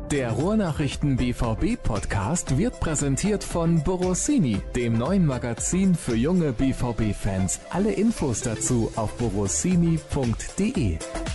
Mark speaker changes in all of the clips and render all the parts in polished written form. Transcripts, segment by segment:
Speaker 1: Der Ruhrnachrichten BVB Podcast wird präsentiert von Borossini, dem neuen Magazin für junge BVB-Fans. Alle Infos dazu auf borossini.de.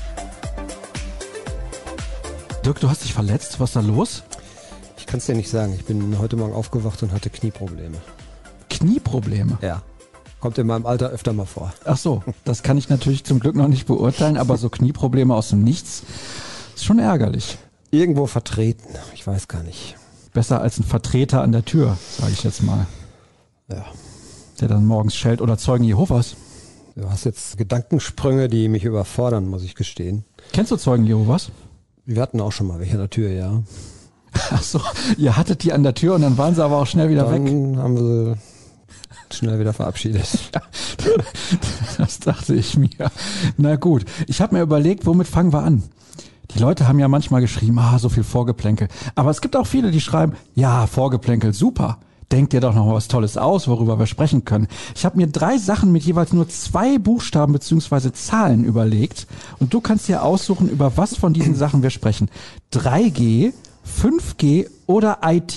Speaker 2: Dirk, du hast dich verletzt. Was ist da los?
Speaker 3: Ich kann es dir nicht sagen. Ich bin heute Morgen aufgewacht und hatte Knieprobleme.
Speaker 2: Knieprobleme?
Speaker 3: Ja. Kommt in meinem Alter öfter mal vor.
Speaker 2: Ach so, das kann ich natürlich zum Glück noch nicht beurteilen, aber so Knieprobleme aus dem Nichts ist schon ärgerlich.
Speaker 3: Irgendwo vertreten. Ich weiß gar nicht.
Speaker 2: Besser als ein Vertreter an der Tür, sage ich jetzt mal.
Speaker 3: Ja.
Speaker 2: Der dann morgens schellt oder Zeugen Jehovas.
Speaker 3: Du hast jetzt Gedankensprünge, die mich überfordern, muss ich gestehen.
Speaker 2: Kennst du Zeugen Jehovas?
Speaker 3: Wir hatten auch schon mal welche an der Tür, ja.
Speaker 2: Ach so, ihr hattet die an der Tür und dann waren sie aber auch schnell wieder weg.
Speaker 3: Dann haben wir sie schnell wieder verabschiedet.
Speaker 2: Das dachte ich mir. Na gut, ich habe mir überlegt, womit fangen wir an? Die Leute haben ja manchmal geschrieben, so viel Vorgeplänkel. Aber es gibt auch viele, die schreiben, ja, Vorgeplänkel, super. Denk dir doch noch was Tolles aus, worüber wir sprechen können. Ich habe mir 3 Sachen mit jeweils nur 2 Buchstaben bzw. Zahlen überlegt. Und du kannst dir aussuchen, über was von diesen Sachen wir sprechen. 3G, 5G oder IT?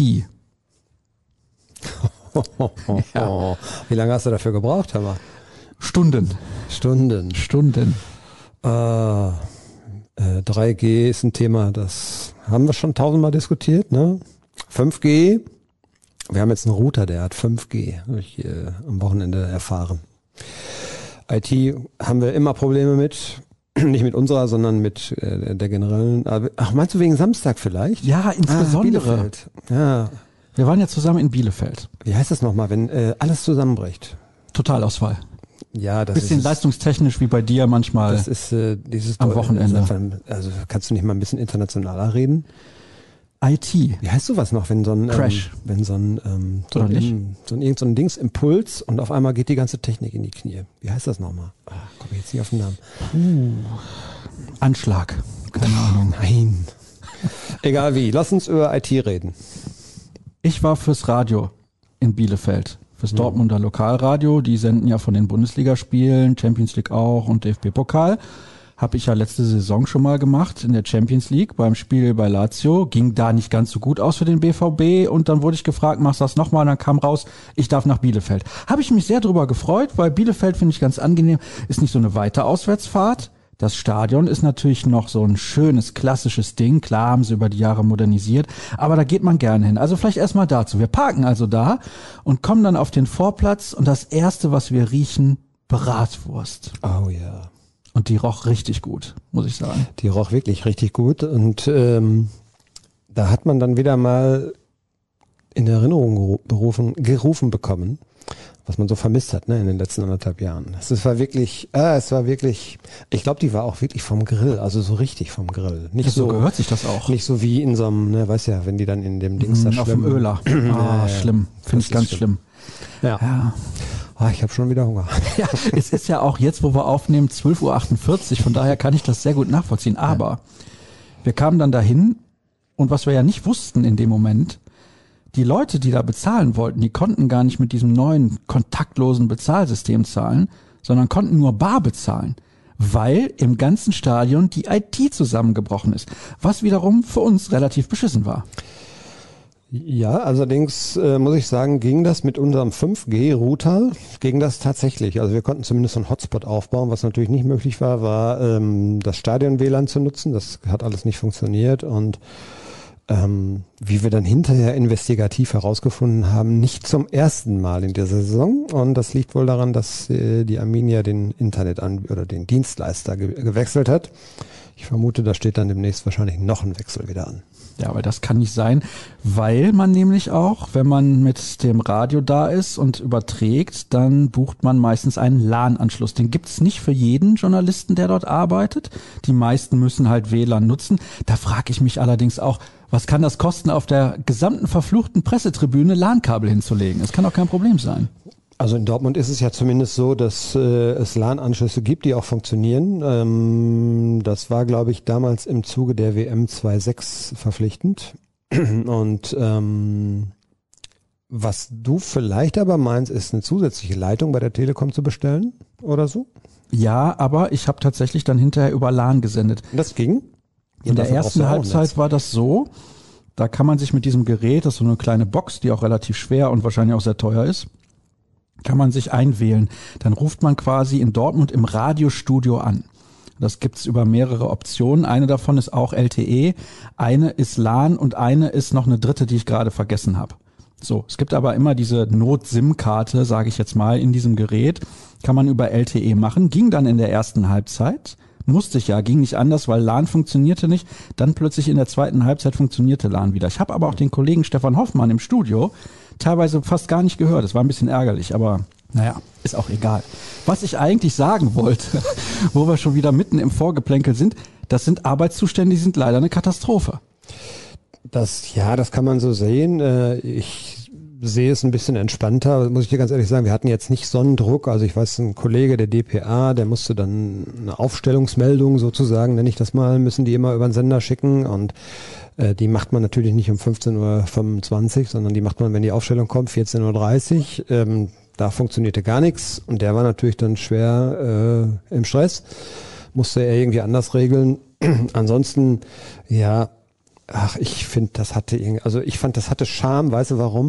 Speaker 3: Ja. Wie lange hast du dafür gebraucht, Hammer?
Speaker 2: Stunden.
Speaker 3: 3G ist ein Thema, das haben wir schon 1000-mal diskutiert, ne? 5G, wir haben jetzt einen Router, der hat 5G, habe ich am Wochenende erfahren. IT haben wir immer Probleme mit, nicht mit unserer, sondern mit der generellen. Ach, meinst du wegen Samstag vielleicht?
Speaker 2: Ja, insbesondere.
Speaker 3: Bielefeld. Ja.
Speaker 2: Wir waren ja zusammen in Bielefeld.
Speaker 3: Wie heißt das nochmal, wenn alles zusammenbricht?
Speaker 2: Totalausfall.
Speaker 3: Ja, das
Speaker 2: bisschen
Speaker 3: ist
Speaker 2: leistungstechnisch wie bei dir manchmal.
Speaker 3: Das ist dieses
Speaker 2: am Wochenende.
Speaker 3: Also kannst du nicht mal ein bisschen internationaler reden?
Speaker 2: IT.
Speaker 3: Wie heißt sowas noch, wenn so ein
Speaker 2: Crash.
Speaker 3: Wenn so ein irgend so ein Dingsimpuls und auf einmal geht die ganze Technik in die Knie. Wie heißt das nochmal? Komm jetzt nicht auf den Namen.
Speaker 2: Anschlag. Keine Ahnung.
Speaker 3: Nein. Egal wie. Lass uns über IT reden.
Speaker 2: Ich war fürs Radio in Bielefeld. Fürs Dortmunder Lokalradio, die senden ja von den Bundesligaspielen, Champions League auch und DFB-Pokal. Habe ich ja letzte Saison schon mal gemacht in der Champions League beim Spiel bei Lazio. Ging da nicht ganz so gut aus für den BVB und dann wurde ich gefragt, machst du das nochmal? Und dann kam raus, ich darf nach Bielefeld. Habe ich mich sehr drüber gefreut, weil Bielefeld finde ich ganz angenehm. Ist nicht so eine weite Auswärtsfahrt. Das Stadion ist natürlich noch so ein schönes, klassisches Ding. Klar haben sie über die Jahre modernisiert, aber da geht man gerne hin. Also vielleicht erstmal dazu. Wir parken also da und kommen dann auf den Vorplatz und das Erste, was wir riechen, Bratwurst.
Speaker 3: Oh ja.
Speaker 2: Und die roch richtig gut, muss ich sagen.
Speaker 3: Die roch wirklich richtig gut und da hat man dann wieder mal in Erinnerung gerufen bekommen, was man so vermisst hat, ne, in den letzten 1,5 Jahren. Es war wirklich, ich glaube, die war auch wirklich vom Grill, also so richtig vom Grill. Nicht
Speaker 2: so gehört sich das auch.
Speaker 3: Nicht so wie in so einem, ne, weißt ja, wenn die dann in dem Dings da
Speaker 2: auf dem Öler. Schlimm. Finde ich ganz schlimm.
Speaker 3: Ja. Ich habe schon wieder Hunger.
Speaker 2: Ja, es ist ja auch jetzt, wo wir aufnehmen, 12:48 Uhr, von daher kann ich das sehr gut nachvollziehen. Aber wir kamen dann dahin und was wir ja nicht wussten in dem Moment, die Leute, die da bezahlen wollten, die konnten gar nicht mit diesem neuen kontaktlosen Bezahlsystem zahlen, sondern konnten nur bar bezahlen, weil im ganzen Stadion die IT zusammengebrochen ist, was wiederum für uns relativ beschissen war.
Speaker 3: Ja, allerdings muss ich sagen, ging das mit unserem 5G-Router, ging das tatsächlich. Also wir konnten zumindest so einen Hotspot aufbauen. Was natürlich nicht möglich war das Stadion-WLAN zu nutzen. Das hat alles nicht funktioniert und wie wir dann hinterher investigativ herausgefunden haben, nicht zum ersten Mal in der Saison. Und das liegt wohl daran, dass die Arminia den oder den Dienstleister gewechselt hat. Ich vermute, da steht dann demnächst wahrscheinlich noch ein Wechsel wieder an.
Speaker 2: Ja, aber das kann nicht sein, weil man nämlich auch, wenn man mit dem Radio da ist und überträgt, dann bucht man meistens einen LAN-Anschluss. Den gibt's nicht für jeden Journalisten, der dort arbeitet. Die meisten müssen halt WLAN nutzen. Da frage ich mich allerdings auch, was kann das kosten, auf der gesamten verfluchten Pressetribüne LAN-Kabel hinzulegen? Das kann doch kein Problem sein.
Speaker 3: Also in Dortmund ist es ja zumindest so, dass es LAN-Anschlüsse gibt, die auch funktionieren. Das war, glaube ich, damals im Zuge der WM 2.6 verpflichtend. Und was du vielleicht aber meinst, ist eine zusätzliche Leitung bei der Telekom zu bestellen oder so?
Speaker 2: Ja, aber ich habe tatsächlich dann hinterher über LAN gesendet.
Speaker 3: Das ging?
Speaker 2: In der ersten Halbzeit war das so, Da kann man sich mit diesem Gerät, das ist so eine kleine Box, die auch relativ schwer und wahrscheinlich auch sehr teuer ist, kann man sich einwählen. Dann ruft man quasi in Dortmund im Radiostudio an. Das gibt's über mehrere Optionen. Eine davon ist auch LTE, eine ist LAN und eine ist noch eine dritte, die ich gerade vergessen habe. So, es gibt aber immer diese Not-SIM-Karte, sage ich jetzt mal, in diesem Gerät. Kann man über LTE machen. Ging dann in der ersten Halbzeit. Musste ich ja, ging nicht anders, weil LAN funktionierte nicht. Dann plötzlich in der zweiten Halbzeit funktionierte LAN wieder. Ich habe aber auch den Kollegen Stefan Hoffmann im Studio teilweise fast gar nicht gehört. Das war ein bisschen ärgerlich, aber naja, ist auch egal. Was ich eigentlich sagen wollte, wo wir schon wieder mitten im Vorgeplänkel sind, das sind Arbeitszustände, die sind leider eine Katastrophe.
Speaker 3: Das kann man so sehen. Ich sehe es ein bisschen entspannter, muss ich dir ganz ehrlich sagen. Wir hatten jetzt nicht Sonnendruck. Also ich weiß, ein Kollege der DPA, der musste dann eine Aufstellungsmeldung sozusagen, nenne ich das mal, müssen die immer über den Sender schicken und die macht man natürlich nicht um 15:25 Uhr, sondern die macht man, wenn die Aufstellung kommt, 14:30 Uhr. Da funktionierte gar nichts und der war natürlich dann schwer im Stress. Musste er irgendwie anders regeln. Ansonsten, ich finde, das hatte Charme, weißt du warum?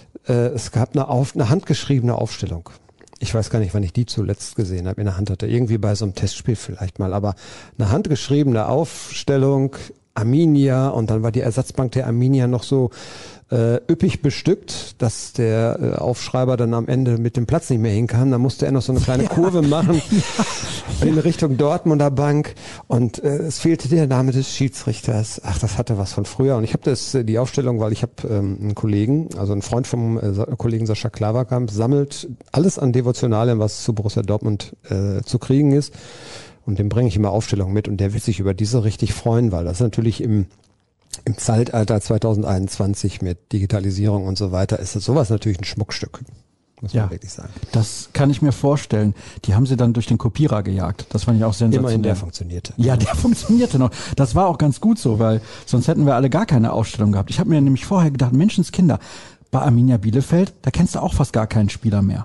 Speaker 3: Es gab eine handgeschriebene Aufstellung. Ich weiß gar nicht, wann ich die zuletzt gesehen habe, in der Hand hatte. Irgendwie bei so einem Testspiel vielleicht mal, aber eine handgeschriebene Aufstellung, Arminia, und dann war die Ersatzbank der Arminia noch so üppig bestückt, dass der Aufschreiber dann am Ende mit dem Platz nicht mehr hinkam. Da musste er noch so eine kleine Kurve machen in Richtung Dortmunder Bank und es fehlte der Name des Schiedsrichters. Ach, das hatte was von früher. Und ich habe die Aufstellung, weil ich habe einen Kollegen, also einen Freund vom Kollegen Sascha Klaverkamp, sammelt alles an Devotionalien, was zu Borussia Dortmund zu kriegen ist. Und dem bringe ich immer Aufstellungen mit und der wird sich über diese richtig freuen, weil das natürlich im Zeitalter 2021 mit Digitalisierung und so weiter ist sowas natürlich ein Schmuckstück, muss man wirklich sagen.
Speaker 2: Das kann ich mir vorstellen. Die haben sie dann durch den Kopierer gejagt. Das fand ich auch sensationell.
Speaker 3: Immerhin, der funktionierte.
Speaker 2: Ja, der funktionierte noch. Das war auch ganz gut so, weil sonst hätten wir alle gar keine Ausstellung gehabt. Ich habe mir nämlich vorher gedacht, Menschenskinder, bei Arminia Bielefeld, da kennst du auch fast gar keinen Spieler mehr.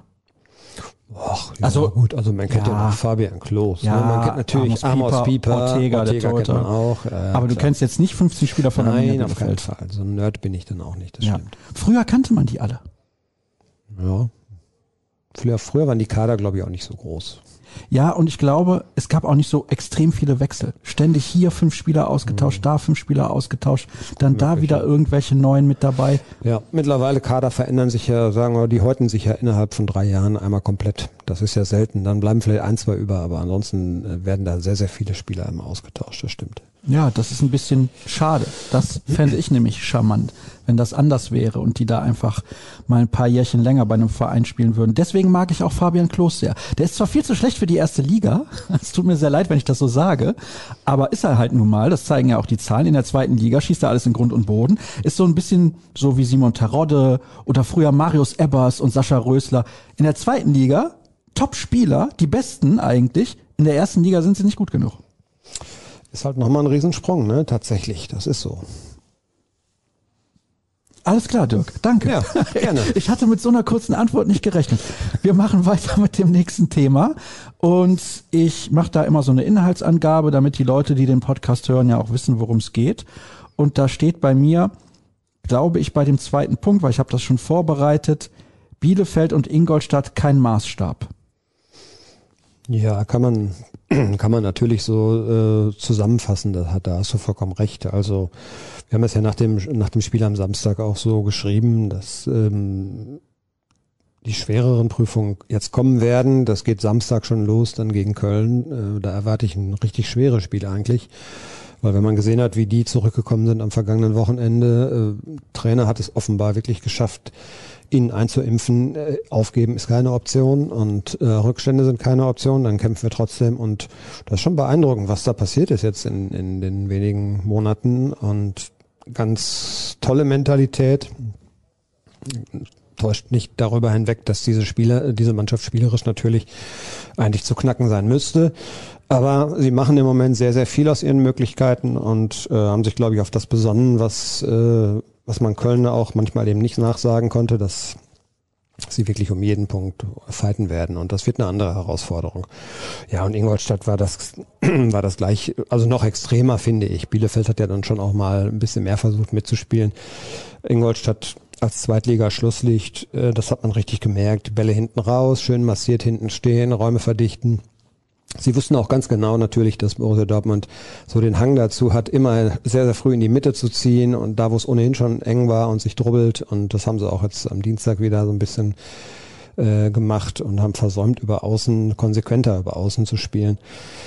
Speaker 3: Och, ja, also gut, also man kennt ja noch Fabian Klos.
Speaker 2: Ja,
Speaker 3: ne? Man kennt natürlich Amos Pieper,
Speaker 2: Ortega der
Speaker 3: kennt man auch.
Speaker 2: Aber du kennst jetzt nicht 15 Spieler von Arminia
Speaker 3: Bielefeld. Nein, auf keinen Fall. So ein Nerd bin ich dann auch nicht, das stimmt.
Speaker 2: Früher kannte man die alle.
Speaker 3: Ja. Früher waren die Kader, glaube ich, auch nicht so groß.
Speaker 2: Ja, und ich glaube, es gab auch nicht so extrem viele Wechsel. Ständig hier 5 Spieler ausgetauscht, da 5 Spieler ausgetauscht, dann da wieder irgendwelche neuen mit dabei.
Speaker 3: Ja, mittlerweile Kader verändern sich ja, sagen wir, die häuten sich ja innerhalb von 3 Jahren einmal komplett. Das ist ja selten. Dann bleiben vielleicht 1, 2 über, aber ansonsten werden da sehr, sehr viele Spieler immer ausgetauscht, das stimmt.
Speaker 2: Ja, das ist ein bisschen schade. Das fände ich nämlich charmant, wenn das anders wäre und die da einfach mal ein paar Jährchen länger bei einem Verein spielen würden. Deswegen mag ich auch Fabian Klos sehr. Der ist zwar viel zu schlecht für die erste Liga, es tut mir sehr leid, wenn ich das so sage, aber ist er halt nun mal, das zeigen ja auch die Zahlen, in der zweiten Liga schießt er alles in Grund und Boden, ist so ein bisschen so wie Simon Terodde oder früher Marius Ebbers und Sascha Rösler. In der zweiten Liga Top-Spieler, die besten eigentlich, in der ersten Liga sind sie nicht gut genug.
Speaker 3: Ist halt nochmal ein Riesensprung, ne? Tatsächlich, das ist so.
Speaker 2: Alles klar, Dirk. Danke.
Speaker 3: Ja, gerne.
Speaker 2: Ich hatte mit so einer kurzen Antwort nicht gerechnet. Wir machen weiter mit dem nächsten Thema und ich mache da immer so eine Inhaltsangabe, damit die Leute, die den Podcast hören, ja auch wissen, worum es geht. Und da steht bei mir, glaube ich, bei dem zweiten Punkt, weil ich habe das schon vorbereitet, Bielefeld und Ingolstadt kein Maßstab.
Speaker 3: Ja, kann man natürlich so zusammenfassen, da hast du vollkommen recht. Also wir haben es ja nach dem Spiel am Samstag auch so geschrieben, dass die schwereren Prüfungen jetzt kommen werden. Das geht Samstag schon los, dann gegen Köln. Da erwarte ich ein richtig schweres Spiel eigentlich. Weil wenn man gesehen hat, wie die zurückgekommen sind am vergangenen Wochenende, Trainer hat es offenbar wirklich geschafft, ihn einzuimpfen. Aufgeben ist keine Option und Rückstände sind keine Option, dann kämpfen wir trotzdem und das ist schon beeindruckend, was da passiert ist jetzt in den wenigen Monaten und ganz tolle Mentalität. Täuscht nicht darüber hinweg, dass diese Mannschaft spielerisch natürlich eigentlich zu knacken sein müsste. Aber sie machen im Moment sehr, sehr viel aus ihren Möglichkeiten und haben sich, glaube ich, auf das besonnen, was man Köln auch manchmal eben nicht nachsagen konnte, dass sie wirklich um jeden Punkt fighten werden und das wird eine andere Herausforderung. Ja, und Ingolstadt war das gleich, also noch extremer, finde ich. Bielefeld hat ja dann schon auch mal ein bisschen mehr versucht mitzuspielen. Ingolstadt als Zweitliga-Schlusslicht, das hat man richtig gemerkt. Die Bälle hinten raus, schön massiert hinten stehen, Räume verdichten. Sie wussten auch ganz genau natürlich, dass Borussia Dortmund so den Hang dazu hat, immer sehr, sehr früh in die Mitte zu ziehen und da, wo es ohnehin schon eng war und sich drubbelt, und das haben sie auch jetzt am Dienstag wieder so ein bisschen gemacht und haben versäumt, konsequenter über Außen zu spielen.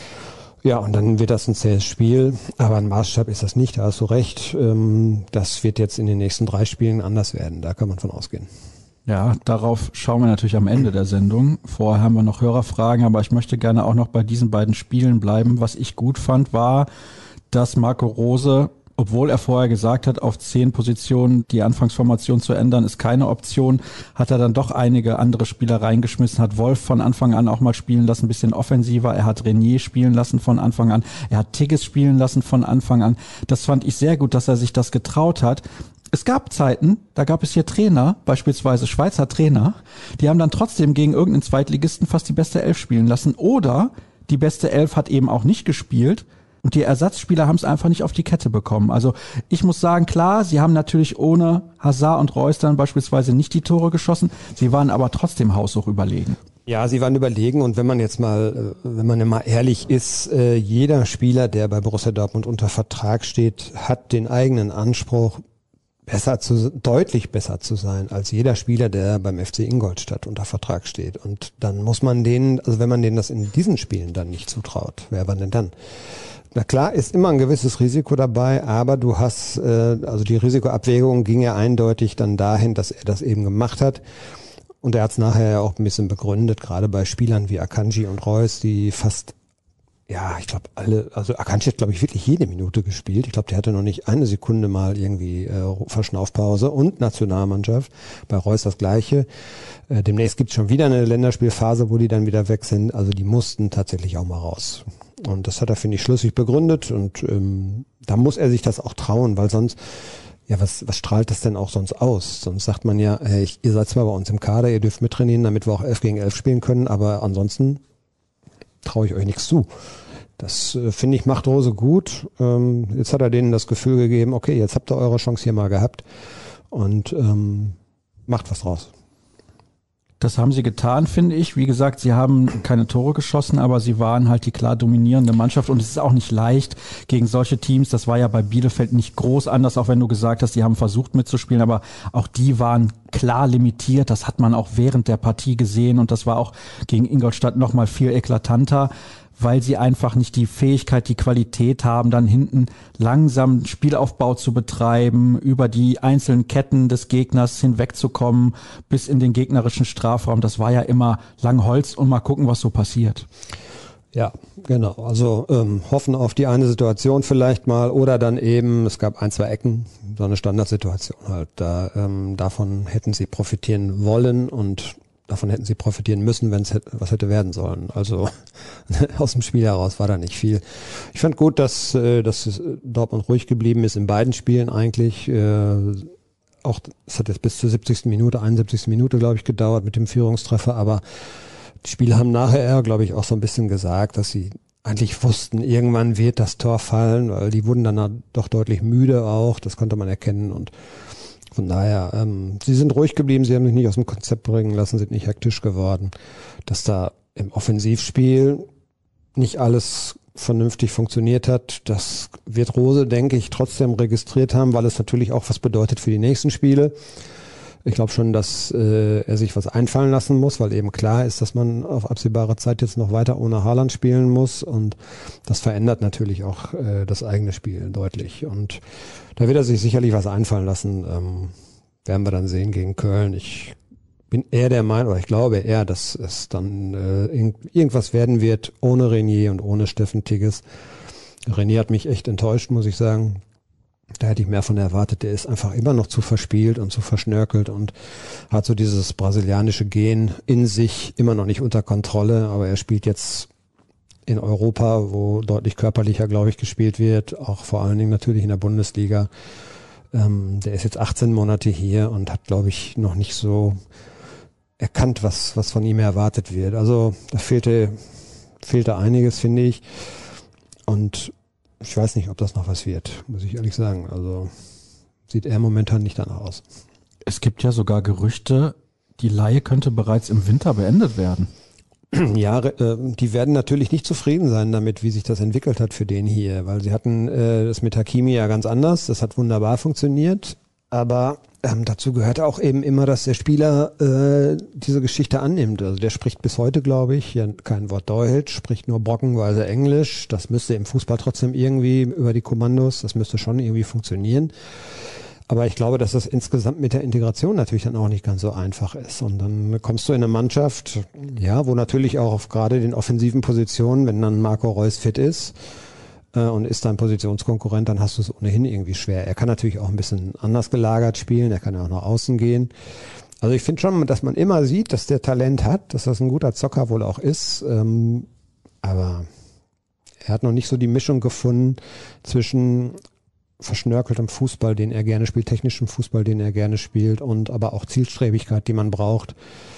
Speaker 3: Ja, und dann wird das ein zähes Spiel, aber ein Maßstab ist das nicht, da hast du recht. Das wird jetzt in den nächsten 3 Spielen anders werden, da kann man von ausgehen.
Speaker 2: Ja, darauf schauen wir natürlich am Ende der Sendung. Vorher haben wir noch Hörerfragen, aber ich möchte gerne auch noch bei diesen beiden Spielen bleiben. Was ich gut fand, war, dass Marco Rose, obwohl er vorher gesagt hat, auf 10 Positionen die Anfangsformation zu ändern, ist keine Option, hat er dann doch einige andere Spieler reingeschmissen, hat Wolf von Anfang an auch mal spielen lassen, ein bisschen offensiver, er hat Renier spielen lassen von Anfang an, er hat Tigges spielen lassen von Anfang an. Das fand ich sehr gut, dass er sich das getraut hat. Es gab Zeiten, da gab es hier Trainer, beispielsweise Schweizer Trainer, die haben dann trotzdem gegen irgendeinen Zweitligisten fast die beste Elf spielen lassen, oder die beste Elf hat eben auch nicht gespielt und die Ersatzspieler haben es einfach nicht auf die Kette bekommen. Also ich muss sagen, klar, sie haben natürlich ohne Hazard und Reus dann beispielsweise nicht die Tore geschossen, sie waren aber trotzdem haushoch überlegen.
Speaker 3: Ja, sie waren überlegen, und wenn man mal ehrlich ist, jeder Spieler, der bei Borussia Dortmund unter Vertrag steht, hat den eigenen Anspruch, deutlich besser zu sein als jeder Spieler, der beim FC Ingolstadt unter Vertrag steht. Und dann muss man wenn man denen das in diesen Spielen dann nicht zutraut, wer war denn dann? Na klar, ist immer ein gewisses Risiko dabei, aber du hast, also die Risikoabwägung ging ja eindeutig dann dahin, dass er das eben gemacht hat. Und er hat es nachher ja auch ein bisschen begründet, gerade bei Spielern wie Akanji und Reus, die fast, ja, ich glaube Akanji hat, glaube ich, wirklich jede Minute gespielt. Ich glaube, der hatte noch nicht eine Sekunde mal irgendwie Verschnaufpause, und Nationalmannschaft. Bei Reus das Gleiche. Demnächst gibt es schon wieder eine Länderspielphase, wo die dann wieder weg sind. Also die mussten tatsächlich auch mal raus. Und das hat er, finde ich, schlüssig begründet, und da muss er sich das auch trauen, weil sonst, ja, was strahlt das denn auch sonst aus? Sonst sagt man ja, ihr seid zwar bei uns im Kader, ihr dürft mittrainieren, damit wir auch 11 gegen 11 spielen können, aber ansonsten traue ich euch nichts zu. Das, finde ich, macht Rose gut. Jetzt hat er denen das Gefühl gegeben, okay, jetzt habt ihr eure Chance hier mal gehabt, und macht was draus.
Speaker 2: Das haben sie getan, finde ich. Wie gesagt, sie haben keine Tore geschossen, aber sie waren halt die klar dominierende Mannschaft, und es ist auch nicht leicht gegen solche Teams. Das war ja bei Bielefeld nicht groß anders, auch wenn du gesagt hast, die haben versucht mitzuspielen, aber auch die waren klar limitiert. Das hat man auch während der Partie gesehen, und das war auch gegen Ingolstadt noch mal viel eklatanter, weil sie einfach nicht die Fähigkeit, die Qualität haben, dann hinten langsam Spielaufbau zu betreiben, über die einzelnen Ketten des Gegners hinwegzukommen, bis in den gegnerischen Strafraum. Das war ja immer Langholz, und mal gucken, was so passiert.
Speaker 3: Ja, genau. Also hoffen auf die eine Situation vielleicht mal, oder dann eben, es gab 1, 2 Ecken, so eine Standardsituation halt. Davon hätten sie profitieren wollen, und davon hätten sie profitieren müssen, wenn es was hätte werden sollen. Also aus dem Spiel heraus war da nicht viel. Ich fand gut, dass Dortmund ruhig geblieben ist in beiden Spielen eigentlich. Auch es hat jetzt bis zur 71. Minute, glaube ich, gedauert mit dem Führungstreffer, aber die Spieler haben nachher, glaube ich, auch so ein bisschen gesagt, dass sie eigentlich wussten, irgendwann wird das Tor fallen, weil die wurden dann doch deutlich müde auch, das konnte man erkennen, und von daher, sie sind ruhig geblieben, sie haben sich nicht aus dem Konzept bringen lassen, sind nicht hektisch geworden. Dass da im Offensivspiel nicht alles vernünftig funktioniert hat, das wird Rose, denke ich, trotzdem registriert haben, weil es natürlich auch was bedeutet für die nächsten Spiele. Ich glaube schon, dass er sich was einfallen lassen muss, weil eben klar ist, dass man auf absehbare Zeit jetzt noch weiter ohne Haaland spielen muss, und das verändert natürlich auch das eigene Spiel deutlich, und da wird er sich sicherlich was einfallen lassen, werden wir dann sehen gegen Köln. Ich bin eher der Meinung, oder ich glaube eher, dass es dann irgendwas werden wird ohne Renier und ohne Steffen Tigges. Renier hat mich echt enttäuscht, muss ich sagen. Da hätte ich mehr von erwartet. Der ist einfach immer noch zu verspielt und zu verschnörkelt und hat so dieses brasilianische Gen in sich immer noch nicht unter Kontrolle. Aber er spielt jetzt in Europa, wo deutlich körperlicher, glaube ich, gespielt wird. Auch vor allen Dingen natürlich in der Bundesliga. Der ist jetzt 18 Monate hier und hat, glaube ich, noch nicht so erkannt, was von ihm erwartet wird. Also da fehlte einiges, finde ich. Und ich weiß nicht, ob das noch was wird, muss ich ehrlich sagen. Also sieht er momentan nicht danach aus.
Speaker 2: Es gibt ja sogar Gerüchte, die Leihe könnte bereits im Winter beendet werden.
Speaker 3: Ja, die werden natürlich nicht zufrieden sein damit, wie sich das entwickelt hat für den hier, weil sie hatten das mit Hakimi ja ganz anders, das hat wunderbar funktioniert, aber dazu gehört auch eben immer, dass der Spieler diese Geschichte annimmt. Also der spricht bis heute, glaube ich, ja kein Wort Deutsch, spricht nur brockenweise Englisch, das müsste im Fußball trotzdem irgendwie über die Kommandos, das müsste schon irgendwie funktionieren. Aber ich glaube, dass das insgesamt mit der Integration natürlich dann auch nicht ganz so einfach ist. Und dann kommst du in eine Mannschaft, ja, wo natürlich auch auf gerade den offensiven Positionen, wenn dann Marco Reus fit ist und ist dein Positionskonkurrent, dann hast du es ohnehin irgendwie schwer. Er kann natürlich auch ein bisschen anders gelagert spielen, er kann ja auch nach außen gehen. Also ich finde schon, dass man immer sieht, dass der Talent hat, dass das ein guter Zocker wohl auch ist. Aber er hat noch nicht so die Mischung gefunden zwischen verschnörkeltem Fußball, den er gerne spielt, technischem Fußball, den er gerne spielt und aber auch Zielstrebigkeit, die man braucht,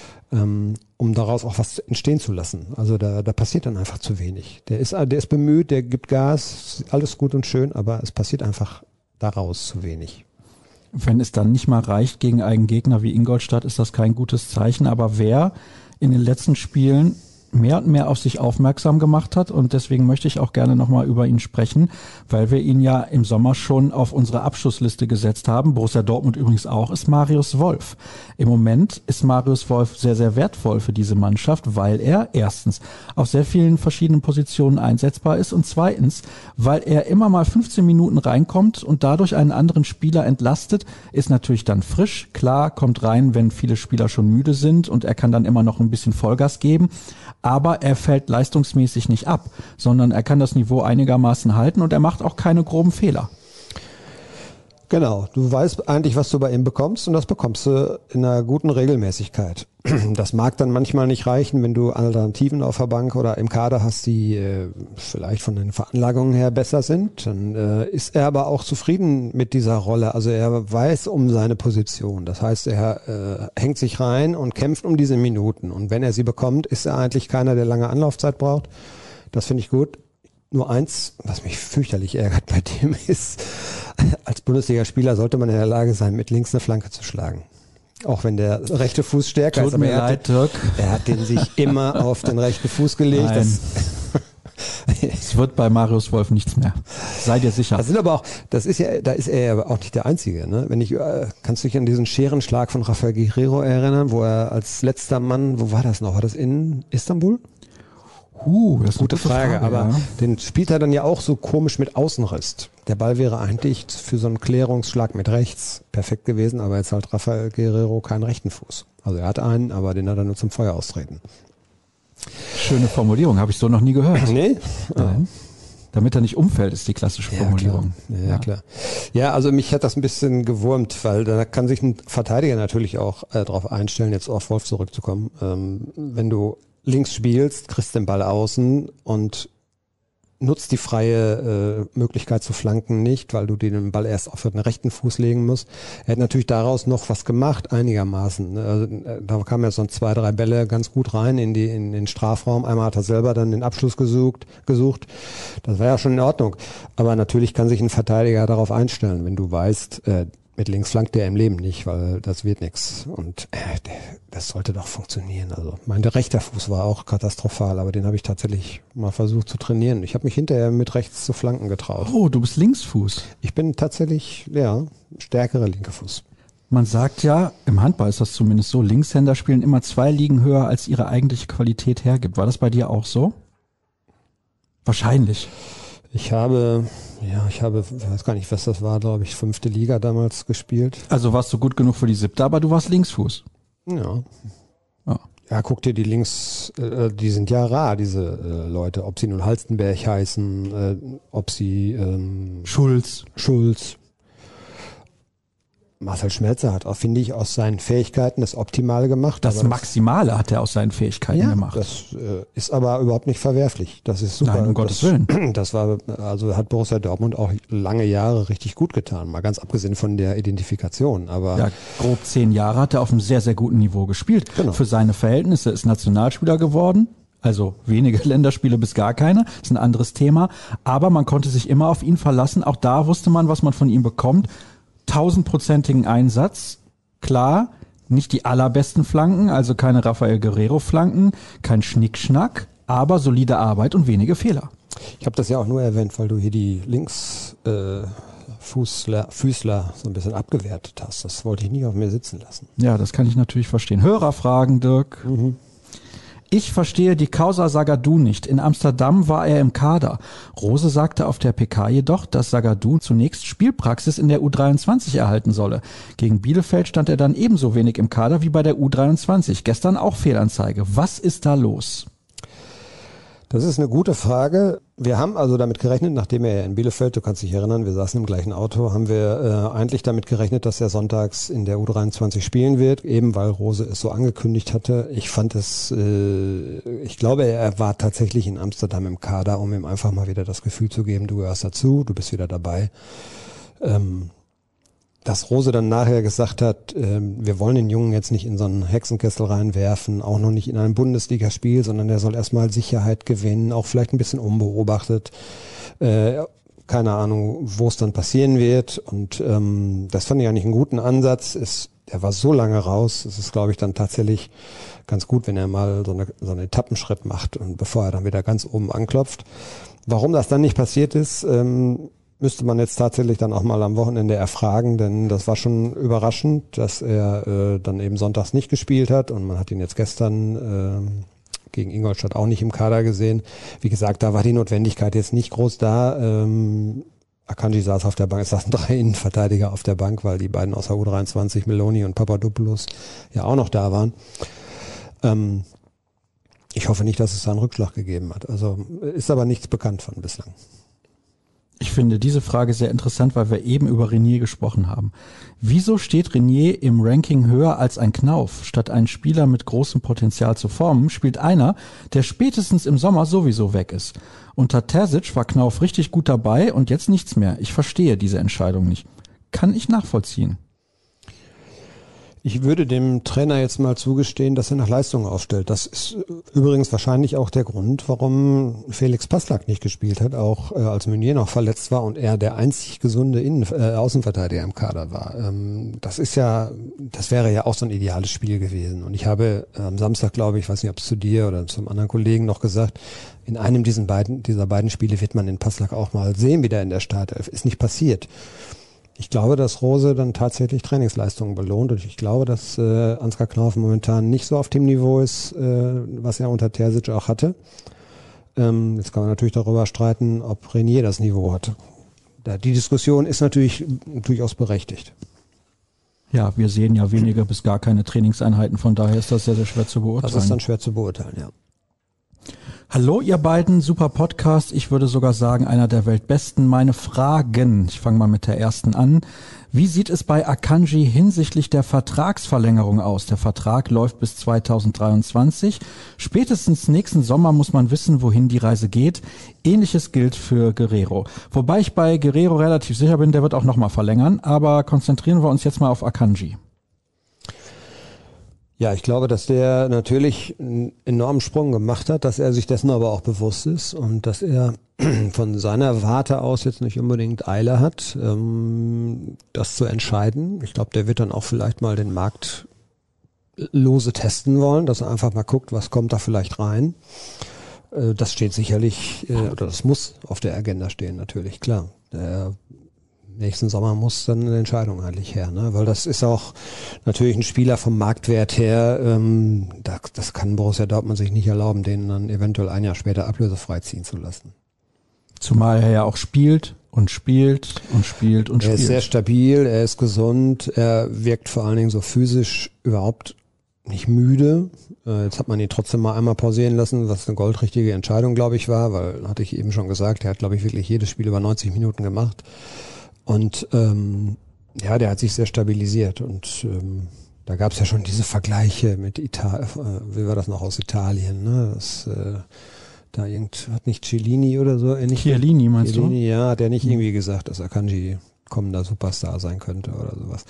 Speaker 3: um daraus auch was entstehen zu lassen. Also da passiert dann einfach zu wenig. Der ist bemüht, der gibt Gas, alles gut und schön, aber es passiert einfach daraus zu wenig.
Speaker 2: Wenn es dann nicht mal reicht gegen einen Gegner wie Ingolstadt, ist das kein gutes Zeichen. Aber wer in den letzten Spielen mehr und mehr auf sich aufmerksam gemacht hat, und deswegen möchte ich auch gerne nochmal über ihn sprechen, weil wir ihn ja im Sommer schon auf unsere Abschussliste gesetzt haben, Borussia Dortmund übrigens auch, ist Marius Wolf. Im Moment ist Marius Wolf sehr, sehr wertvoll für diese Mannschaft, weil er erstens auf sehr vielen verschiedenen Positionen einsetzbar ist und zweitens, weil er immer mal 15 Minuten reinkommt und dadurch einen anderen Spieler entlastet, ist natürlich dann frisch, klar, kommt rein, wenn viele Spieler schon müde sind und er kann dann immer noch ein bisschen Vollgas geben. Aber er fällt leistungsmäßig nicht ab, sondern er kann das Niveau einigermaßen halten und er macht auch keine groben Fehler.
Speaker 3: Genau, du weißt eigentlich, was du bei ihm bekommst und das bekommst du in einer guten Regelmäßigkeit. Das mag dann manchmal nicht reichen, wenn du Alternativen auf der Bank oder im Kader hast, die vielleicht von den Veranlagungen her besser sind. Dann ist er aber auch zufrieden mit dieser Rolle. Also er weiß um seine Position. Das heißt, er hängt sich rein und kämpft um diese Minuten. Und wenn er sie bekommt, ist er eigentlich keiner, der lange Anlaufzeit braucht. Das finde ich gut. Nur eins, was mich fürchterlich ärgert bei dem ist, als Bundesligaspieler sollte man in der Lage sein, mit links eine Flanke zu schlagen. Auch wenn der rechte Fuß stärker ist.
Speaker 2: Tut mir leid, Dirk.
Speaker 3: Er hat den sich immer auf den rechten Fuß gelegt.
Speaker 2: Nein. Es wird bei Marius Wolf nichts mehr. Sei dir sicher.
Speaker 3: Das sind aber auch, da ist er ja auch nicht der Einzige. Ne? Kannst du dich an diesen Scherenschlag von Rafael Guerreiro erinnern, wo er als letzter Mann, wo war das noch? War das in Istanbul?
Speaker 2: Das ist
Speaker 3: gute Frage, aber
Speaker 2: ja.
Speaker 3: Den spielt er dann ja auch so komisch mit Außenriss. Der Ball wäre eigentlich für so einen Klärungsschlag mit rechts perfekt gewesen, aber jetzt hat Rafael Guerreiro keinen rechten Fuß. Also er hat einen, aber den hat er nur zum Feuer austreten.
Speaker 2: Schöne Formulierung, habe ich so noch nie gehört.
Speaker 3: Nee?
Speaker 2: Nein. Damit er nicht umfällt, ist die klassische Formulierung.
Speaker 3: Ja, klar. Ja, also mich hat das ein bisschen gewurmt, weil da kann sich ein Verteidiger natürlich auch darauf einstellen, jetzt auf Wolf zurückzukommen. Wenn du links spielst, kriegst den Ball außen und nutzt die freie Möglichkeit zu flanken nicht, weil du den Ball erst auf den rechten Fuß legen musst. Er hat natürlich daraus noch was gemacht, einigermaßen. Also, da kamen ja so 2, 3 Bälle ganz gut rein in den Strafraum. Einmal hat er selber dann den Abschluss gesucht. Das war ja schon in Ordnung. Aber natürlich kann sich ein Verteidiger darauf einstellen, wenn du weißt, mit links flankt der im Leben nicht, weil das wird nichts. Und das sollte doch funktionieren. Also mein rechter Fuß war auch katastrophal, aber den habe ich tatsächlich mal versucht zu trainieren. Ich habe mich hinterher mit rechts zu flanken getraut.
Speaker 2: Oh, du bist Linksfuß.
Speaker 3: Ich bin tatsächlich, stärkere linke Fuß.
Speaker 2: Man sagt ja, im Handball ist das zumindest so, Linkshänder spielen immer 2 Ligen höher, als ihre eigentliche Qualität hergibt. War das bei dir auch so? Wahrscheinlich. Ich weiß gar nicht, was das war, glaube ich, 5. Liga damals gespielt. Also warst du gut genug für die 7., aber du warst Linksfuß.
Speaker 3: Ja. Ja, guck dir die Links, die sind ja rar, diese Leute, ob sie nun Halstenberg heißen, ob sie
Speaker 2: Schulz.
Speaker 3: Marcel Schmelzer hat auch, finde ich, aus seinen Fähigkeiten das Optimale gemacht.
Speaker 2: Das Maximale hat er aus seinen Fähigkeiten gemacht.
Speaker 3: Das ist aber überhaupt nicht verwerflich. Das ist super.
Speaker 2: Nein, um Gottes Willen.
Speaker 3: Das war, also hat Borussia Dortmund auch lange Jahre richtig gut getan. Mal ganz abgesehen von der Identifikation. Aber
Speaker 2: ja, grob 10 Jahre hat er auf einem sehr, sehr guten Niveau gespielt.
Speaker 3: Genau.
Speaker 2: Für seine Verhältnisse ist Nationalspieler geworden. Also wenige Länderspiele bis gar keine, ist ein anderes Thema. Aber man konnte sich immer auf ihn verlassen. Auch da wusste man, was man von ihm bekommt. 1000%igen Einsatz, klar, nicht die allerbesten Flanken, also keine Rafael Guerrero-Flanken, kein Schnickschnack, aber solide Arbeit und wenige Fehler.
Speaker 3: Ich habe das ja auch nur erwähnt, weil du hier die Füßler so ein bisschen abgewertet hast. Das wollte ich nicht auf mir sitzen lassen.
Speaker 2: Ja, das kann ich natürlich verstehen. Hörerfragen, Dirk. Ich verstehe die Causa Zagadou nicht. In Amsterdam war er im Kader. Rose sagte auf der PK jedoch, dass Zagadou zunächst Spielpraxis in der U23 erhalten solle. Gegen Bielefeld stand er dann ebenso wenig im Kader wie bei der U23. Gestern auch Fehlanzeige. Was ist da los?
Speaker 3: Das ist eine gute Frage. Wir haben also damit gerechnet, nachdem er in Bielefeld, du kannst dich erinnern, wir saßen im gleichen Auto, haben wir eigentlich damit gerechnet, dass er sonntags in der U23 spielen wird, eben weil Rose es so angekündigt hatte. Ich fand es, ich glaube, er war tatsächlich in Amsterdam im Kader, um ihm einfach mal wieder das Gefühl zu geben, du gehörst dazu, du bist wieder dabei. Dass Rose dann nachher gesagt hat, wir wollen den Jungen jetzt nicht in so einen Hexenkessel reinwerfen, auch noch nicht in ein Bundesligaspiel, sondern der soll erstmal Sicherheit gewinnen, auch vielleicht ein bisschen unbeobachtet. Keine Ahnung, wo es dann passieren wird. Und das fand ich eigentlich einen guten Ansatz. Er war so lange raus, es ist, glaube ich, dann tatsächlich ganz gut, wenn er mal so einen Etappenschritt macht und bevor er dann wieder ganz oben anklopft. Warum das dann nicht passiert ist, müsste man jetzt tatsächlich dann auch mal am Wochenende erfragen, denn das war schon überraschend, dass er dann eben sonntags nicht gespielt hat und man hat ihn jetzt gestern gegen Ingolstadt auch nicht im Kader gesehen. Wie gesagt, da war die Notwendigkeit jetzt nicht groß da. Akanji saß auf der Bank, es saßen 3 Innenverteidiger auf der Bank, weil die beiden aus der U23, Meloni und Papadopoulos, ja auch noch da waren. Ich hoffe nicht, dass es da einen Rückschlag gegeben hat. Also ist aber nichts bekannt von bislang.
Speaker 2: Ich finde diese Frage sehr interessant, weil wir eben über Renier gesprochen haben. Wieso steht Renier im Ranking höher als ein Knauf? Statt einen Spieler mit großem Potenzial zu formen, spielt einer, der spätestens im Sommer sowieso weg ist. Unter Terzic war Knauf richtig gut dabei und jetzt nichts mehr. Ich verstehe diese Entscheidung nicht. Kann ich nachvollziehen.
Speaker 3: Ich würde dem Trainer jetzt mal zugestehen, dass er nach Leistung aufstellt. Das ist übrigens wahrscheinlich auch der Grund, warum Felix Passlack nicht gespielt hat, auch als Meunier noch verletzt war und er der einzig gesunde Außenverteidiger im Kader war. Das wäre ja auch so ein ideales Spiel gewesen. Und ich habe am Samstag, glaube ich, weiß nicht, ob es zu dir oder zum anderen Kollegen noch gesagt, in einem dieser beiden Spiele wird man den Passlack auch mal sehen, wie der in der Startelf. Ist nicht passiert. Ich glaube, dass Rose dann tatsächlich Trainingsleistungen belohnt und ich glaube, dass Ansgar Knauf momentan nicht so auf dem Niveau ist, was er unter Terzic auch hatte. Jetzt kann man natürlich darüber streiten, ob Renier das Niveau hat. Die Diskussion ist natürlich durchaus berechtigt.
Speaker 2: Ja, wir sehen ja weniger bis gar keine Trainingseinheiten, von daher ist das sehr, sehr schwer zu beurteilen.
Speaker 3: Das ist dann schwer zu beurteilen, ja.
Speaker 2: Hallo ihr beiden, super Podcast, ich würde sogar sagen einer der weltbesten. Meine Fragen, ich fange mal mit der ersten an. Wie sieht es bei Akanji hinsichtlich der Vertragsverlängerung aus? Der Vertrag läuft bis 2023. Spätestens nächsten Sommer muss man wissen, wohin die Reise geht. Ähnliches gilt für Guerrero. Wobei ich bei Guerrero relativ sicher bin, der wird auch nochmal verlängern. Aber konzentrieren wir uns jetzt mal auf Akanji.
Speaker 3: Ja, ich glaube, dass der natürlich einen enormen Sprung gemacht hat, dass er sich dessen aber auch bewusst ist und dass er von seiner Warte aus jetzt nicht unbedingt Eile hat, das zu entscheiden. Ich glaube, der wird dann auch vielleicht mal den Markt lose testen wollen, dass er einfach mal guckt, was kommt da vielleicht rein. Das steht sicherlich, oder das muss auf der Agenda stehen, natürlich, klar. Nächsten Sommer muss dann eine Entscheidung eigentlich her, ne? Weil das ist auch natürlich ein Spieler vom Marktwert her, das kann Borussia Dortmund sich nicht erlauben, den dann eventuell ein Jahr später ablösefrei ziehen zu lassen.
Speaker 2: Zumal er ja auch spielt und spielt und spielt und spielt.
Speaker 3: Er ist sehr stabil, er ist gesund, er wirkt vor allen Dingen so physisch überhaupt nicht müde. Jetzt hat man ihn trotzdem mal einmal pausieren lassen, was eine goldrichtige Entscheidung, glaube ich, war, weil, hatte ich eben schon gesagt, er hat, glaube ich, wirklich jedes Spiel über 90 Minuten gemacht. Und Ja, der hat sich sehr stabilisiert und da gab es ja schon diese Vergleiche mit Italien, wie war das noch aus Italien, ne? Das, da hat nicht Chiellini oder so ähnlich.
Speaker 2: Chiellini meinst du?
Speaker 3: Ja, hat der nicht irgendwie gesagt, dass Akanji kommender Superstar sein könnte oder sowas.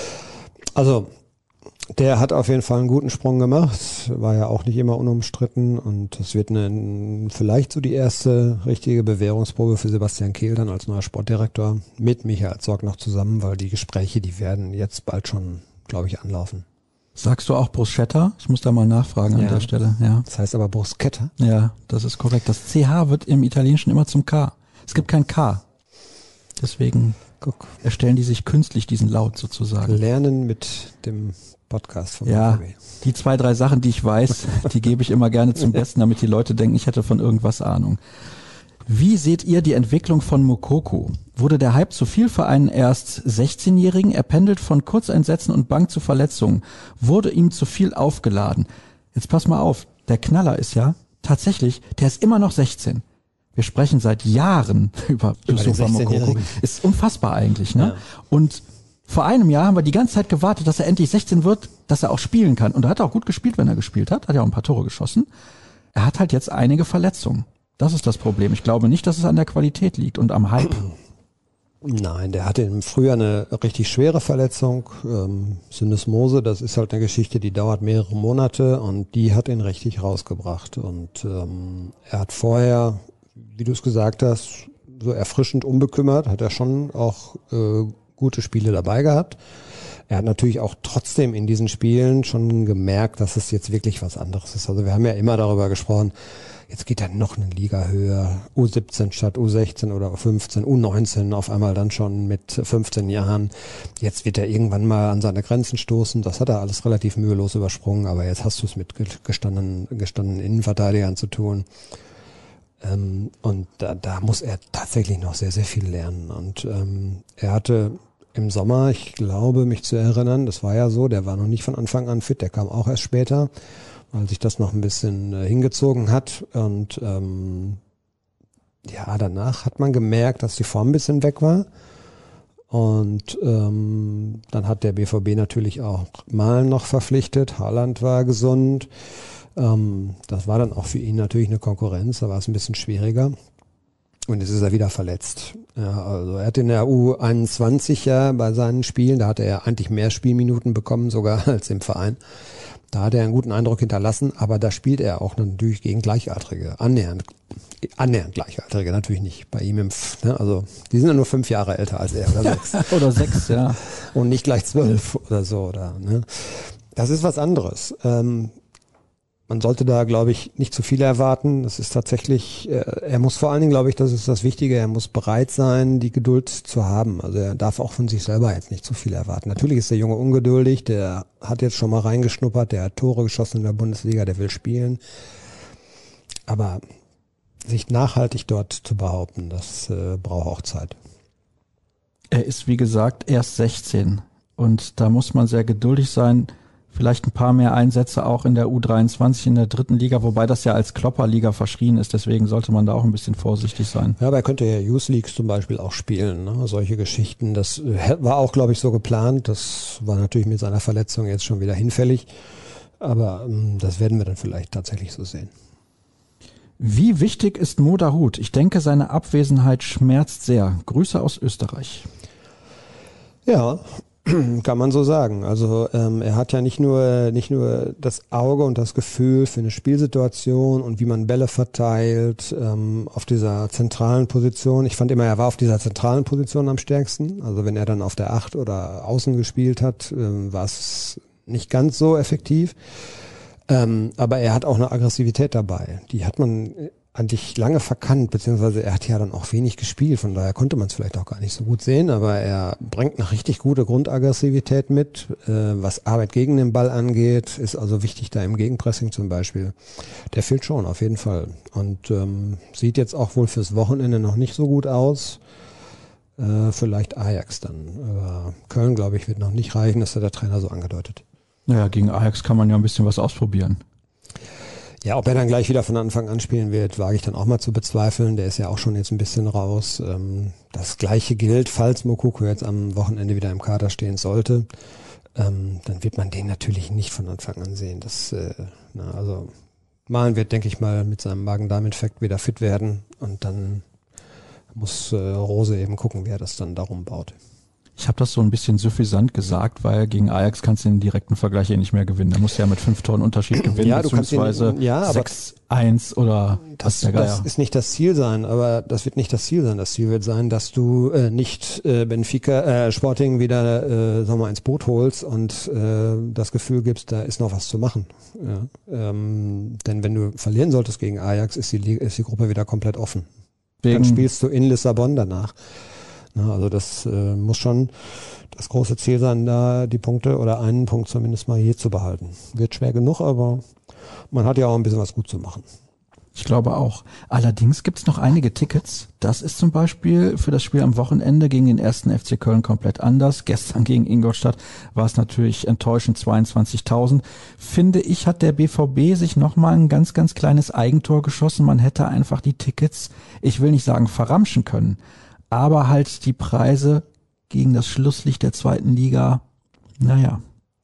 Speaker 3: Also, der hat auf jeden Fall einen guten Sprung gemacht, war ja auch nicht immer unumstritten und das wird vielleicht so die erste richtige Bewährungsprobe für Sebastian Kehl dann als neuer Sportdirektor mit Michael Zorc noch zusammen, weil die Gespräche, die werden jetzt bald schon, glaube ich, anlaufen.
Speaker 2: Sagst du auch Bruschetta? Ich muss da mal nachfragen an der Stelle. Ja.
Speaker 3: Das heißt aber Bruschetta?
Speaker 2: Ja, das ist korrekt. Das CH wird im Italienischen immer zum K. Es gibt kein K. Deswegen erstellen die sich künstlich diesen Laut sozusagen.
Speaker 3: Lernen mit dem Podcast von
Speaker 2: Ja, die 2, 3 Sachen, die ich weiß, die gebe ich immer gerne zum Besten, damit die Leute denken, ich hätte von irgendwas Ahnung. Wie seht ihr die Entwicklung von Moukoko? Wurde der Hype zu viel für einen erst 16-Jährigen? Er pendelt von Kurzeinsätzen und Bank zu Verletzungen. Wurde ihm zu viel aufgeladen? Jetzt pass mal auf, der Knaller ist ja, tatsächlich, der ist immer noch 16. Wir sprechen seit Jahren über Youssoufa Moukoko. Ist unfassbar eigentlich, ne? Ja. Und vor einem Jahr haben wir die ganze Zeit gewartet, dass er endlich 16 wird, dass er auch spielen kann. Und er hat auch gut gespielt, wenn er gespielt hat. Hat ja auch ein paar Tore geschossen. Er hat halt jetzt einige Verletzungen. Das ist das Problem. Ich glaube nicht, dass es an der Qualität liegt und am Hype.
Speaker 3: Nein, der hatte im Frühjahr eine richtig schwere Verletzung. Syndesmose, das ist halt eine Geschichte, die dauert mehrere Monate und die hat ihn richtig rausgebracht. Und er hat vorher, wie du es gesagt hast, so erfrischend unbekümmert, hat er schon auch gute Spiele dabei gehabt. Er hat natürlich auch trotzdem in diesen Spielen schon gemerkt, dass es jetzt wirklich was anderes ist. Also wir haben ja immer darüber gesprochen, jetzt geht er noch eine Liga höher, U17 statt U16 oder U15, U19 auf einmal dann schon mit 15 Jahren. Jetzt wird er irgendwann mal an seine Grenzen stoßen. Das hat er alles relativ mühelos übersprungen, aber jetzt hast du es mit gestandenen Innenverteidigern zu tun. Und da muss er tatsächlich noch sehr, sehr viel lernen. Und er hatte im Sommer, ich glaube, mich zu erinnern, das war ja so, der war noch nicht von Anfang an fit, der kam auch erst später, weil sich das noch ein bisschen hingezogen hat. Und danach hat man gemerkt, dass die Form ein bisschen weg war. Und dann hat der BVB natürlich auch Malen noch verpflichtet. Haaland war gesund. Das war dann auch für ihn natürlich eine Konkurrenz, da war es ein bisschen schwieriger. Und jetzt ist er wieder verletzt. Ja, also er hat in der U21 ja bei seinen Spielen, da hatte er eigentlich mehr Spielminuten bekommen sogar als im Verein. Da hat er einen guten Eindruck hinterlassen, aber da spielt er auch natürlich gegen Gleichaltrige, annähernd Gleichaltrige, natürlich nicht bei ihm also die sind ja nur 5 Jahre älter als er oder 6.
Speaker 2: Oder 6, ja.
Speaker 3: Und nicht gleich 12 oder so, oder, ne? Das ist was anderes. Man sollte da, glaube ich, nicht zu viel erwarten. Das ist tatsächlich, er muss vor allen Dingen, glaube ich, das ist das Wichtige, er muss bereit sein, die Geduld zu haben. Also er darf auch von sich selber jetzt nicht zu viel erwarten. Natürlich ist der Junge ungeduldig, der hat jetzt schon mal reingeschnuppert, der hat Tore geschossen in der Bundesliga, der will spielen. Aber sich nachhaltig dort zu behaupten, das braucht auch Zeit.
Speaker 2: Er ist, wie gesagt, erst 16 und da muss man sehr geduldig sein. Vielleicht ein paar mehr Einsätze auch in der U23 in der 3. Liga, wobei das ja als Klopperliga verschrien ist, deswegen sollte man da auch ein bisschen vorsichtig sein.
Speaker 3: Ja, aber er könnte ja Youth Leagues zum Beispiel auch spielen, ne? Solche Geschichten, das war auch, glaube ich, so geplant, das war natürlich mit seiner Verletzung jetzt schon wieder hinfällig, aber das werden wir dann vielleicht tatsächlich so sehen.
Speaker 2: Wie wichtig ist Mo Dahoud? Ich denke, seine Abwesenheit schmerzt sehr. Grüße aus Österreich.
Speaker 3: Ja, kann man so sagen. Also er hat ja nicht nur das Auge und das Gefühl für eine Spielsituation und wie man Bälle verteilt auf dieser zentralen Position. Ich fand immer, er war auf dieser zentralen Position am stärksten. Also wenn er dann auf der 8 oder außen gespielt hat, war es nicht ganz so effektiv. Aber er hat auch eine Aggressivität dabei. Die hat man eigentlich lange verkannt, beziehungsweise er hat ja dann auch wenig gespielt, von daher konnte man es vielleicht auch gar nicht so gut sehen, aber er bringt eine richtig gute Grundaggressivität mit, was Arbeit gegen den Ball angeht, ist also wichtig da im Gegenpressing zum Beispiel. Der fehlt schon, auf jeden Fall. Und sieht jetzt auch wohl fürs Wochenende noch nicht so gut aus. Vielleicht Ajax dann. Aber Köln, glaube ich, wird noch nicht reichen, das hat der Trainer so angedeutet.
Speaker 2: Naja, gegen Ajax kann man ja ein bisschen was ausprobieren.
Speaker 3: Ja, ob er dann gleich wieder von Anfang an spielen wird, wage ich dann auch mal zu bezweifeln. Der ist ja auch schon jetzt ein bisschen raus. Das Gleiche gilt, falls Moukoko jetzt am Wochenende wieder im Kader stehen sollte, dann wird man den natürlich nicht von Anfang an sehen. Also Malen wird, denke ich mal, mit seinem Magen-Darm-Infekt wieder fit werden und dann muss Rose eben gucken, wer das dann darum baut.
Speaker 2: Ich habe das so ein bisschen suffisant gesagt, weil gegen Ajax kannst du den direkten Vergleich nicht mehr gewinnen. Da musst du ja mit 5 Toren Unterschied gewinnen,
Speaker 3: ja,
Speaker 2: beziehungsweise 6-1 oder was der Geier.
Speaker 3: Das ist nicht das Ziel sein, aber das wird nicht das Ziel sein. Das Ziel wird sein, dass du nicht Sporting wieder ins Boot holst und das Gefühl gibst, da ist noch was zu machen. Ja. Denn wenn du verlieren solltest gegen Ajax, ist die Gruppe wieder komplett offen. Dann spielst du in Lissabon danach. Also das muss schon das große Ziel sein, da die Punkte oder einen Punkt zumindest mal hier zu behalten. Wird schwer genug, aber man hat ja auch ein bisschen was gut zu machen.
Speaker 2: Ich glaube auch. Allerdings gibt es noch einige Tickets. Das ist zum Beispiel für das Spiel am Wochenende gegen den 1. FC Köln komplett anders. Gestern gegen Ingolstadt war es natürlich enttäuschend 22.000. Finde ich, hat der BVB sich nochmal ein ganz, ganz kleines Eigentor geschossen. Man hätte einfach die Tickets, ich will nicht sagen verramschen können, aber halt die Preise gegen das Schlusslicht der 2. Liga, naja.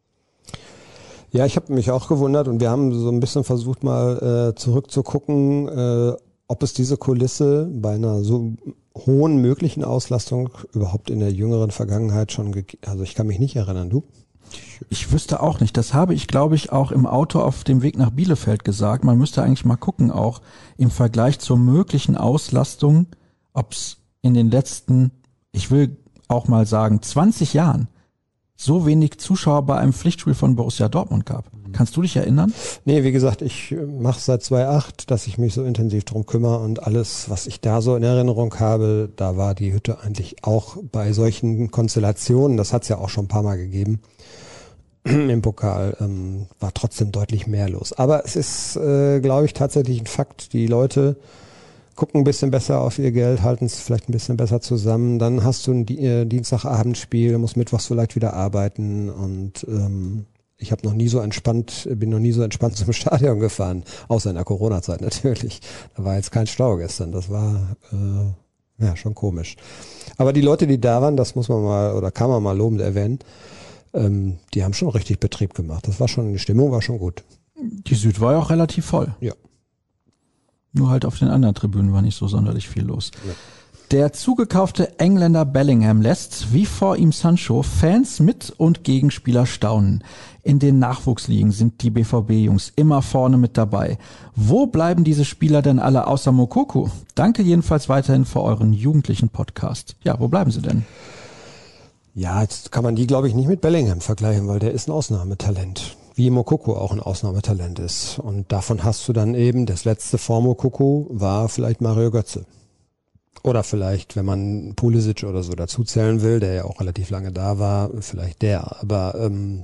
Speaker 3: Ja, ich habe mich auch gewundert und wir haben so ein bisschen versucht mal zurückzugucken, ob es diese Kulisse bei einer so hohen möglichen Auslastung überhaupt in der jüngeren Vergangenheit schon also ich kann mich nicht erinnern, du?
Speaker 2: Ich wüsste auch nicht. Das habe ich, glaube ich, auch im Auto auf dem Weg nach Bielefeld gesagt. Man müsste eigentlich mal gucken, auch im Vergleich zur möglichen Auslastung, ob es in den letzten, ich will auch mal sagen, 20 Jahren so wenig Zuschauer bei einem Pflichtspiel von Borussia Dortmund gab. Kannst du dich erinnern?
Speaker 3: Nee, wie gesagt, ich mache seit 2008, dass ich mich so intensiv drum kümmere und alles, was ich da so in Erinnerung habe, da war die Hütte eigentlich auch bei solchen Konstellationen, das hat es ja auch schon ein paar Mal gegeben, im Pokal, war trotzdem deutlich mehr los. Aber es ist, glaube ich, tatsächlich ein Fakt, die Leute gucken ein bisschen besser auf ihr Geld, halten es vielleicht ein bisschen besser zusammen. Dann hast du ein Dienstagabendspiel, musst mittwochs vielleicht wieder arbeiten und ich bin noch nie so entspannt zum Stadion gefahren, außer in der Corona-Zeit natürlich. Da war jetzt kein Stau gestern, das war schon komisch. Aber die Leute, die da waren, das muss man mal oder kann man mal lobend erwähnen, die haben schon richtig Betrieb gemacht. Die Stimmung war schon gut.
Speaker 2: Die Süd war ja auch relativ voll.
Speaker 3: Ja.
Speaker 2: Nur halt auf den anderen Tribünen war nicht so sonderlich viel los. Ja. Der zugekaufte Engländer Bellingham lässt, wie vor ihm Sancho, Fans mit und Gegenspieler staunen. In den Nachwuchsligen sind die BVB-Jungs immer vorne mit dabei. Wo bleiben diese Spieler denn alle außer Moukoko? Danke jedenfalls weiterhin für euren jugendlichen Podcast. Ja, wo bleiben sie denn?
Speaker 3: Ja, jetzt kann man die, glaube ich, nicht mit Bellingham vergleichen, weil der ist ein Ausnahmetalent. Wie Moukoko auch ein Ausnahmetalent ist. Und davon hast du dann eben, das letzte vor Moukoko war vielleicht Mario Götze. Oder vielleicht, wenn man Pulisic oder so dazu zählen will, der ja auch relativ lange da war, vielleicht der. Aber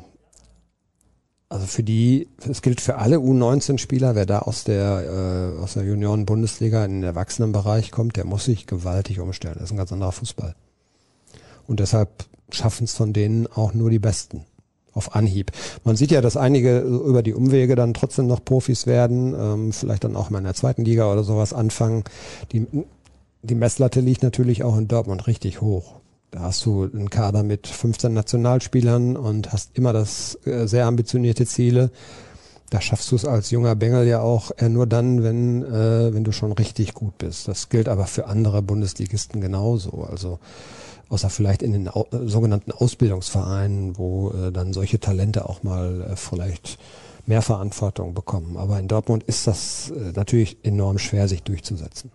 Speaker 3: also es gilt für alle U19-Spieler, wer da aus der Junioren-Bundesliga in den Erwachsenenbereich kommt, der muss sich gewaltig umstellen. Das ist ein ganz anderer Fußball. Und deshalb schaffen es von denen auch nur die Besten. Auf Anhieb. Man sieht ja, dass einige über die Umwege dann trotzdem noch Profis werden, vielleicht dann auch mal in der 2. Liga oder sowas anfangen. Die Messlatte liegt natürlich auch in Dortmund richtig hoch. Da hast du einen Kader mit 15 Nationalspielern und hast immer das sehr ambitionierte Ziele. Da schaffst du es als junger Bengel ja auch nur dann, wenn du schon richtig gut bist. Das gilt aber für andere Bundesligisten genauso. Also außer vielleicht in den sogenannten Ausbildungsvereinen, wo dann solche Talente auch mal vielleicht mehr Verantwortung bekommen. Aber in Dortmund ist das natürlich enorm schwer, sich durchzusetzen.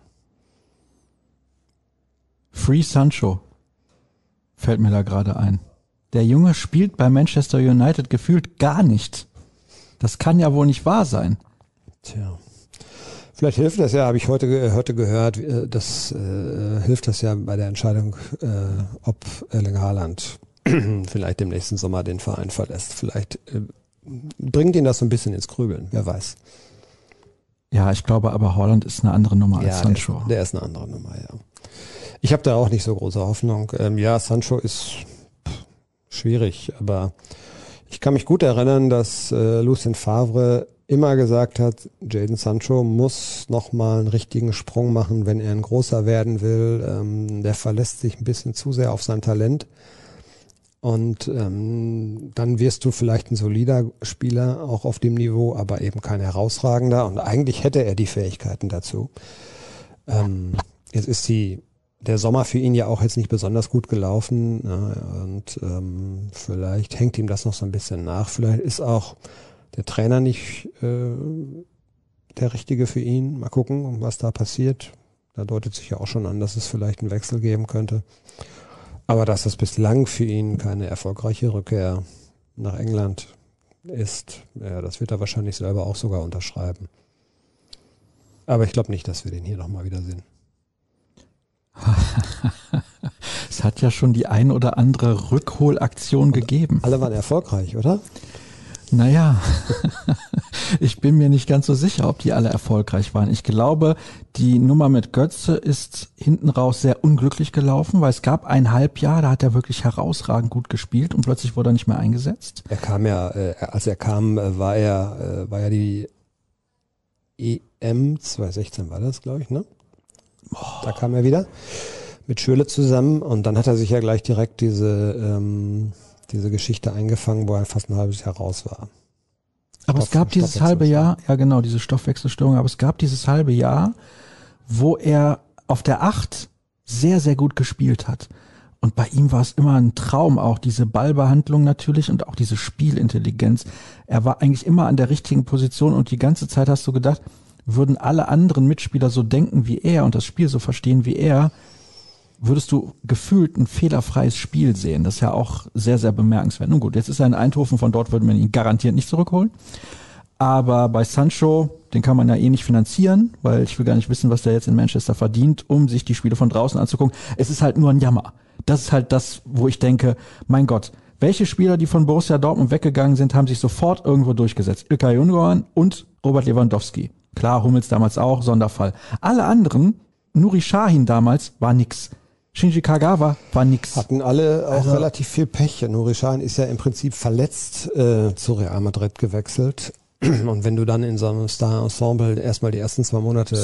Speaker 2: Free Sancho fällt mir da gerade ein. Der Junge spielt bei Manchester United gefühlt gar nicht. Das kann ja wohl nicht wahr sein.
Speaker 3: Tja. Vielleicht hilft das ja, habe ich heute gehört, das hilft das ja bei der Entscheidung, ob Erling Haaland vielleicht im nächsten Sommer den Verein verlässt. Vielleicht bringt ihn das so ein bisschen ins Grübeln, wer weiß.
Speaker 2: Ja, ich glaube aber Haaland ist eine andere Nummer als Sancho.
Speaker 3: Der ist eine andere Nummer, ja. Ich habe da auch nicht so große Hoffnung. Sancho ist schwierig, aber ich kann mich gut erinnern, dass Lucien Favre immer gesagt hat, Jadon Sancho muss nochmal einen richtigen Sprung machen, wenn er ein Großer werden will. Der verlässt sich ein bisschen zu sehr auf sein Talent. Und dann wirst du vielleicht ein solider Spieler, auch auf dem Niveau, aber eben kein herausragender. Und eigentlich hätte er die Fähigkeiten dazu. Jetzt ist der Sommer für ihn ja auch jetzt nicht besonders gut gelaufen. Und vielleicht hängt ihm das noch so ein bisschen nach. Vielleicht ist auch der Trainer nicht der Richtige für ihn. Mal gucken, was da passiert. Da deutet sich ja auch schon an, dass es vielleicht einen Wechsel geben könnte. Aber dass das bislang für ihn keine erfolgreiche Rückkehr nach England ist, ja, das wird er wahrscheinlich selber auch sogar unterschreiben. Aber ich glaube nicht, dass wir den hier nochmal wiedersehen.
Speaker 2: Es hat ja schon die ein oder andere Rückholaktion gegeben.
Speaker 3: Alle waren erfolgreich, oder?
Speaker 2: Naja, ich bin mir nicht ganz so sicher, ob die alle erfolgreich waren. Ich glaube, die Nummer mit Götze ist hinten raus sehr unglücklich gelaufen, weil es gab ein Halbjahr, da hat er wirklich herausragend gut gespielt und plötzlich wurde er nicht mehr eingesetzt.
Speaker 3: Er kam ja, als er kam, war ja die EM 2016 war das, glaube ich, ne? Da kam er wieder mit Schürrle zusammen und dann hat er sich ja gleich direkt diese Geschichte eingefangen, wo er fast ein halbes Jahr raus war.
Speaker 2: Aber es gab dieses halbe Jahr, ja genau, diese Stoffwechselstörung, aber es gab dieses halbe Jahr, wo er auf der 8 sehr, sehr gut gespielt hat. Und bei ihm war es immer ein Traum, auch diese Ballbehandlung natürlich und auch diese Spielintelligenz. Er war eigentlich immer an der richtigen Position und die ganze Zeit hast du gedacht, würden alle anderen Mitspieler so denken wie er und das Spiel so verstehen wie er, würdest du gefühlt ein fehlerfreies Spiel sehen. Das ist ja auch sehr, sehr bemerkenswert. Nun gut, jetzt ist er in Eindhoven, von dort würde man ihn garantiert nicht zurückholen. Aber bei Sancho, den kann man ja eh nicht finanzieren, weil ich will gar nicht wissen, was der jetzt in Manchester verdient, um sich die Spiele von draußen anzugucken. Es ist halt nur ein Jammer. Das ist halt das, wo ich denke, mein Gott, welche Spieler, die von Borussia Dortmund weggegangen sind, haben sich sofort irgendwo durchgesetzt? İlkay Gündoğan und Robert Lewandowski. Klar, Hummels damals auch, Sonderfall. Alle anderen, Nuri Sahin damals, war nix. Shinji Kagawa war nix.
Speaker 3: Hatten alle auch relativ viel Pech. Nuri Sahin ist ja im Prinzip verletzt zu Real Madrid gewechselt. Und wenn du dann in so einem Star-Ensemble erstmal die ersten 2 Monate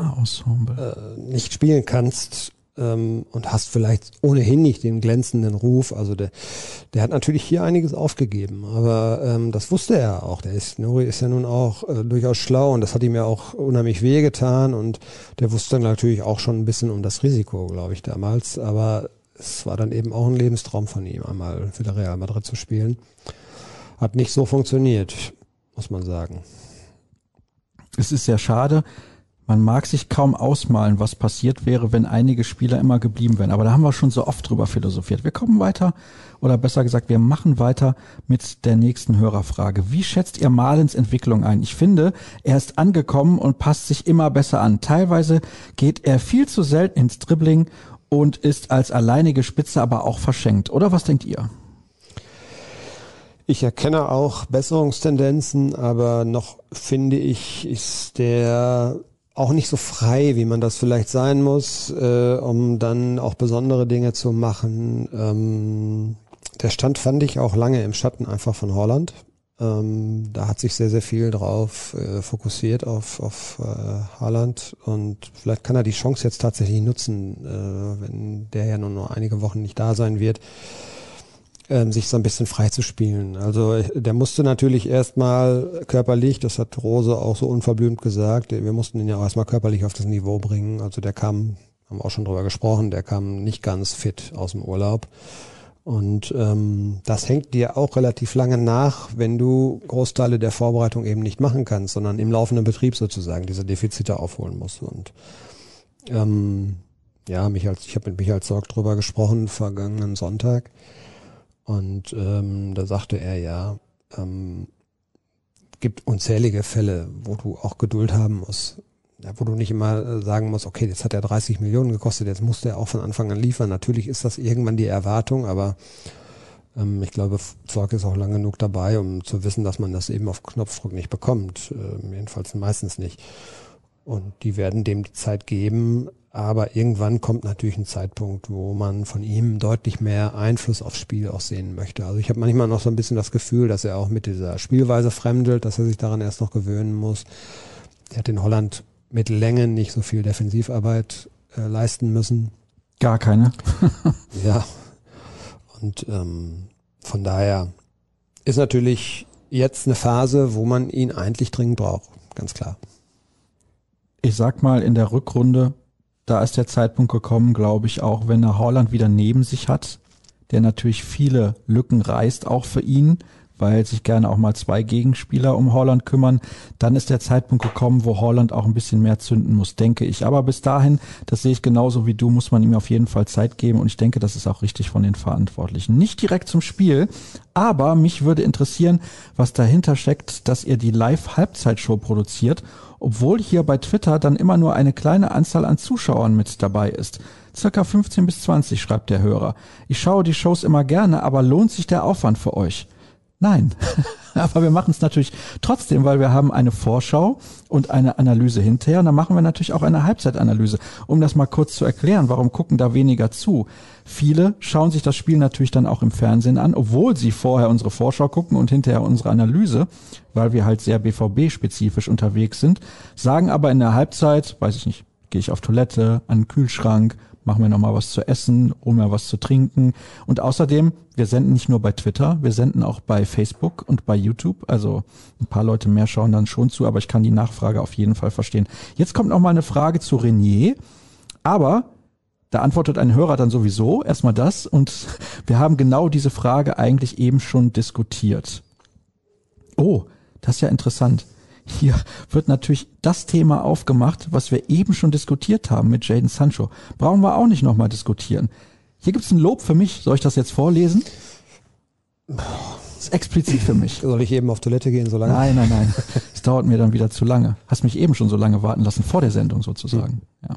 Speaker 3: nicht spielen kannst und hast vielleicht ohnehin nicht den glänzenden Ruf, also der hat natürlich hier einiges aufgegeben, aber das wusste er auch. Nuri ist ja nun auch durchaus schlau und das hat ihm ja auch unheimlich wehgetan und der wusste dann natürlich auch schon ein bisschen um das Risiko, glaube ich, damals, aber es war dann eben auch ein Lebenstraum von ihm, einmal für den Real Madrid zu spielen. Hat nicht so funktioniert, muss man sagen.
Speaker 2: Es ist sehr schade. Man mag sich kaum ausmalen, was passiert wäre, wenn einige Spieler immer geblieben wären. Aber da haben wir schon so oft drüber philosophiert. Wir kommen weiter, oder besser gesagt, wir machen weiter mit der nächsten Hörerfrage. Wie schätzt ihr Malens Entwicklung ein? Ich finde, er ist angekommen und passt sich immer besser an. Teilweise geht er viel zu selten ins Dribbling und ist als alleinige Spitze aber auch verschenkt. Oder was denkt ihr?
Speaker 3: Ich erkenne auch Besserungstendenzen, aber noch finde ich, ist der auch nicht so frei, wie man das vielleicht sein muss, um dann auch besondere Dinge zu machen. Der stand, fand ich, auch lange im Schatten einfach von Haaland. Da hat sich sehr, sehr viel drauf fokussiert auf Haaland und vielleicht kann er die Chance jetzt tatsächlich nutzen, wenn der ja nur noch einige Wochen nicht da sein wird, sich so ein bisschen frei zu spielen. Also der musste natürlich erstmal körperlich, das hat Rose auch so unverblümt gesagt, wir mussten ihn ja auch erstmal körperlich auf das Niveau bringen. Also der kam, haben wir auch schon drüber gesprochen, der kam nicht ganz fit aus dem Urlaub. Und das hängt dir auch relativ lange nach, wenn du Großteile der Vorbereitung eben nicht machen kannst, sondern im laufenden Betrieb sozusagen diese Defizite aufholen musst. Und ich habe mit Michael Zorc drüber gesprochen, vergangenen Sonntag. Und da sagte er gibt unzählige Fälle, wo du auch Geduld haben musst, ja, wo du nicht immer sagen musst, okay, jetzt hat er 30 Millionen gekostet, jetzt muss der auch von Anfang an liefern. Natürlich ist das irgendwann die Erwartung, aber ich glaube, Zorc ist auch lang genug dabei, um zu wissen, dass man das eben auf Knopfdruck nicht bekommt, jedenfalls meistens nicht. Und die werden dem die Zeit geben. Aber irgendwann kommt natürlich ein Zeitpunkt, wo man von ihm deutlich mehr Einfluss aufs Spiel auch sehen möchte. Also ich habe manchmal noch so ein bisschen das Gefühl, dass er auch mit dieser Spielweise fremdelt, dass er sich daran erst noch gewöhnen muss. Er hat in Holland mit Länge nicht so viel Defensivarbeit leisten müssen.
Speaker 2: Gar keine.
Speaker 3: Ja. Und von daher ist natürlich jetzt eine Phase, wo man ihn eigentlich dringend braucht. Ganz klar.
Speaker 2: Ich sag mal, in der Rückrunde, da ist der Zeitpunkt gekommen, glaube ich, auch wenn er Haaland wieder neben sich hat, der natürlich viele Lücken reißt, auch für ihn, weil sich gerne auch mal 2 Gegenspieler um Haaland kümmern, dann ist der Zeitpunkt gekommen, wo Haaland auch ein bisschen mehr zünden muss, denke ich. Aber bis dahin, das sehe ich genauso wie du, muss man ihm auf jeden Fall Zeit geben und ich denke, das ist auch richtig von den Verantwortlichen. Nicht direkt zum Spiel, aber mich würde interessieren, was dahinter steckt, dass ihr die Live-Halbzeitshow produziert, obwohl hier bei Twitter dann immer nur eine kleine Anzahl an Zuschauern mit dabei ist. Circa 15 bis 20, schreibt der Hörer. Ich schaue die Shows immer gerne, aber lohnt sich der Aufwand für euch? Nein, aber wir machen es natürlich trotzdem, weil wir haben eine Vorschau und eine Analyse hinterher und dann machen wir natürlich auch eine Halbzeitanalyse. Um das mal kurz zu erklären, warum gucken da weniger zu? Viele schauen sich das Spiel natürlich dann auch im Fernsehen an, obwohl sie vorher unsere Vorschau gucken und hinterher unsere Analyse, weil wir halt sehr BVB-spezifisch unterwegs sind, sagen aber in der Halbzeit, weiß ich nicht, gehe ich auf Toilette, an den Kühlschrank, machen wir nochmal was zu essen, holen wir was zu trinken. Und außerdem, wir senden nicht nur bei Twitter, wir senden auch bei Facebook und bei YouTube. Also ein paar Leute mehr schauen dann schon zu, aber ich kann die Nachfrage auf jeden Fall verstehen. Jetzt kommt noch mal eine Frage zu Renier, aber da antwortet ein Hörer dann sowieso erstmal das und wir haben genau diese Frage eigentlich eben schon diskutiert. Oh, das ist ja interessant. Hier wird natürlich das Thema aufgemacht, was wir eben schon diskutiert haben mit Jadon Sancho. Brauchen wir auch nicht nochmal diskutieren. Hier gibt's ein Lob für mich. Soll ich das jetzt vorlesen? Das ist explizit für mich.
Speaker 3: Soll ich eben auf Toilette gehen so lange?
Speaker 2: Nein. Es dauert mir dann wieder zu lange. Hast mich eben schon so lange warten lassen, vor der Sendung sozusagen. Ja.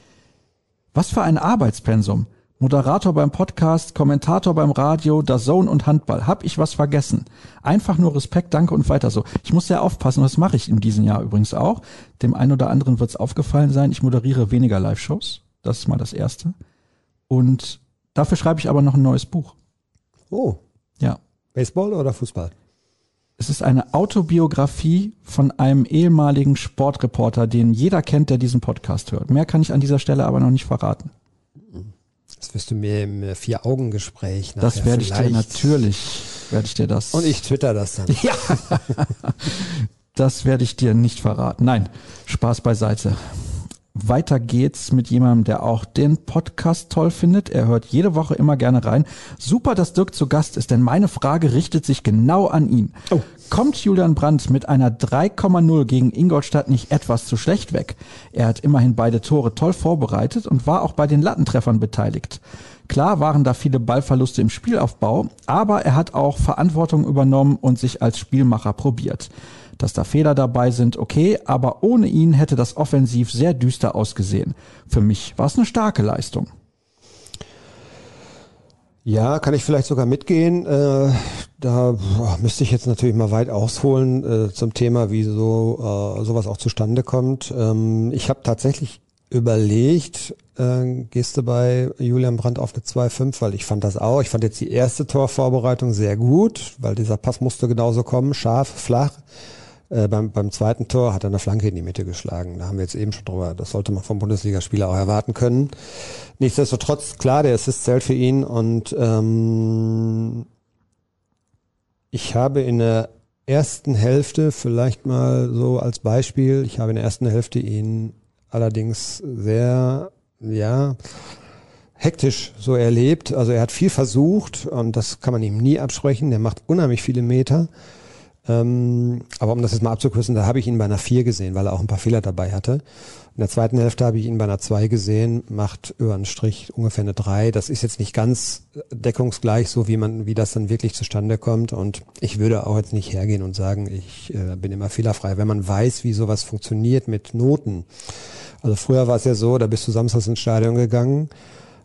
Speaker 2: Was für ein Arbeitspensum. Moderator beim Podcast, Kommentator beim Radio, DAZN und Handball. Hab ich was vergessen? Einfach nur Respekt, danke und weiter so. Ich muss sehr aufpassen und das mache ich in diesem Jahr übrigens auch. Dem einen oder anderen wird es aufgefallen sein. Ich moderiere weniger Live-Shows. Das ist mal das Erste. Und dafür schreibe ich aber noch ein neues Buch.
Speaker 3: Oh.
Speaker 2: Ja.
Speaker 3: Baseball oder Fußball?
Speaker 2: Es ist eine Autobiografie von einem ehemaligen Sportreporter, den jeder kennt, der diesen Podcast hört. Mehr kann ich an dieser Stelle aber noch nicht verraten.
Speaker 3: Das wirst du mir im 4-Augen-Gespräch nachher
Speaker 2: Das werde ich dir natürlich, das.
Speaker 3: Und ich twitter das dann.
Speaker 2: Ja, das werde ich dir nicht verraten. Nein, Spaß beiseite. Weiter geht's mit jemandem, der auch den Podcast toll findet. Er hört jede Woche immer gerne rein. Super, dass Dirk zu Gast ist, denn meine Frage richtet sich genau an ihn. Oh. Kommt Julian Brandt mit einer 3,0 gegen Ingolstadt nicht etwas zu schlecht weg? Er hat immerhin beide Tore toll vorbereitet und war auch bei den Lattentreffern beteiligt. Klar waren da viele Ballverluste im Spielaufbau, aber er hat auch Verantwortung übernommen und sich als Spielmacher probiert. Dass da Fehler dabei sind, okay, aber ohne ihn hätte das offensiv sehr düster ausgesehen. Für mich war es eine starke Leistung.
Speaker 3: Ja, kann ich vielleicht sogar mitgehen. Da müsste ich jetzt natürlich mal weit ausholen zum Thema, wie sowas auch zustande kommt. Ich habe tatsächlich überlegt, gehst du bei Julian Brandt auf eine 2,5, weil ich fand das auch. Ich fand jetzt die erste Torvorbereitung sehr gut, weil dieser Pass musste genauso kommen, scharf, flach. Beim zweiten Tor hat er eine Flanke in die Mitte geschlagen. Da haben wir jetzt eben schon drüber. Das sollte man vom Bundesligaspieler auch erwarten können. Nichtsdestotrotz, klar, der Assist zählt für ihn. Und ich habe in der ersten Hälfte, vielleicht mal so als Beispiel, ich habe in der ersten Hälfte ihn allerdings sehr, hektisch so erlebt. Also er hat viel versucht und das kann man ihm nie absprechen. Der macht unheimlich viele Meter. Aber um das jetzt mal abzukürzen, da habe ich ihn bei einer 4 gesehen, weil er auch ein paar Fehler dabei hatte. In der zweiten Hälfte habe ich ihn bei einer 2 gesehen, macht über einen Strich ungefähr eine 3. Das ist jetzt nicht ganz deckungsgleich, so wie das dann wirklich zustande kommt. Und ich würde auch jetzt nicht hergehen und sagen, ich bin immer fehlerfrei, wenn man weiß, wie sowas funktioniert mit Noten. Also früher war es ja so, da bist du samstags ins Stadion gegangen,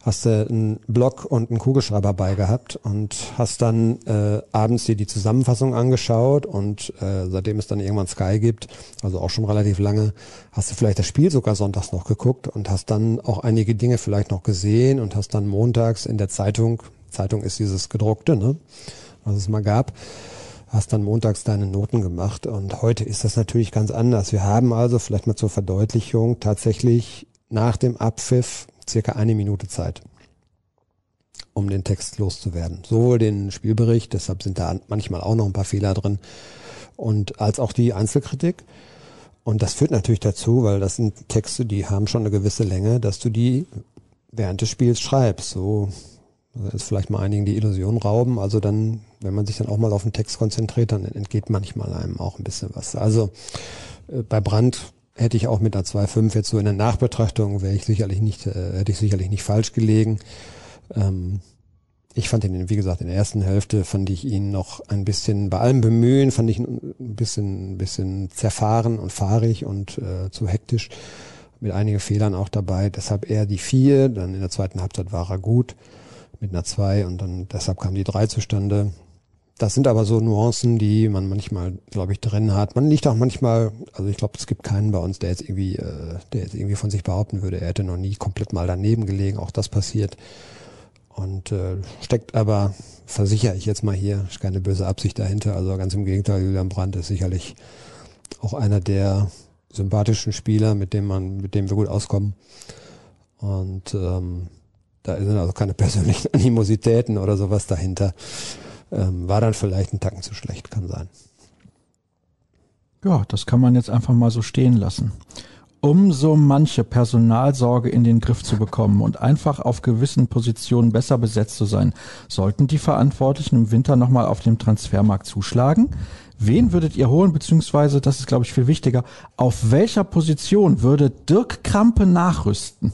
Speaker 3: hast du einen Block und einen Kugelschreiber bei gehabt und hast dann abends dir die Zusammenfassung angeschaut und seitdem es dann irgendwann Sky gibt, also auch schon relativ lange, hast du vielleicht das Spiel sogar sonntags noch geguckt und hast dann auch einige Dinge vielleicht noch gesehen und hast dann montags in der Zeitung ist dieses gedruckte, ne, was es mal gab, hast dann montags deine Noten gemacht und heute ist das natürlich ganz anders. Wir haben also, vielleicht mal zur Verdeutlichung, tatsächlich nach dem Abpfiff circa 1 Minute Zeit, um den Text loszuwerden. Sowohl den Spielbericht, deshalb sind da manchmal auch noch ein paar Fehler drin, und als auch die Einzelkritik. Und das führt natürlich dazu, weil das sind Texte, die haben schon eine gewisse Länge, dass du die während des Spiels schreibst. So ist vielleicht mal einigen die Illusion rauben. Also dann, wenn man sich dann auch mal auf den Text konzentriert, dann entgeht manchmal einem auch ein bisschen was. Also bei Brandt hätte ich auch mit einer 2,5 jetzt so in der Nachbetrachtung hätte ich sicherlich nicht falsch gelegen. Ich fand ihn, wie gesagt, in der ersten Hälfte fand ich ihn noch ein bisschen, bei allem Bemühen, fand ich ihn ein bisschen zerfahren und fahrig und zu hektisch, mit einigen Fehlern auch dabei. Deshalb eher die 4, dann in der zweiten Halbzeit war er gut mit einer 2 und dann deshalb kam die 3 zustande. Das sind aber so Nuancen, die man manchmal, glaube ich, drin hat. Man liegt auch manchmal, also ich glaube, es gibt keinen bei uns, der jetzt irgendwie von sich behaupten würde, er hätte noch nie komplett mal daneben gelegen. Auch das passiert. Und steckt aber, versichere ich jetzt mal hier, ist keine böse Absicht dahinter. Also ganz im Gegenteil, Julian Brandt ist sicherlich auch einer der sympathischen Spieler, mit dem wir gut auskommen. Und da sind also keine persönlichen Animositäten oder sowas dahinter. War dann vielleicht ein Tacken zu schlecht, kann sein.
Speaker 2: Ja, das kann man jetzt einfach mal so stehen lassen. Um so manche Personalsorge in den Griff zu bekommen und einfach auf gewissen Positionen besser besetzt zu sein, sollten die Verantwortlichen im Winter nochmal auf dem Transfermarkt zuschlagen. Wen würdet ihr holen, beziehungsweise, das ist glaube ich viel wichtiger, auf welcher Position würde Dirk Krampe nachrüsten?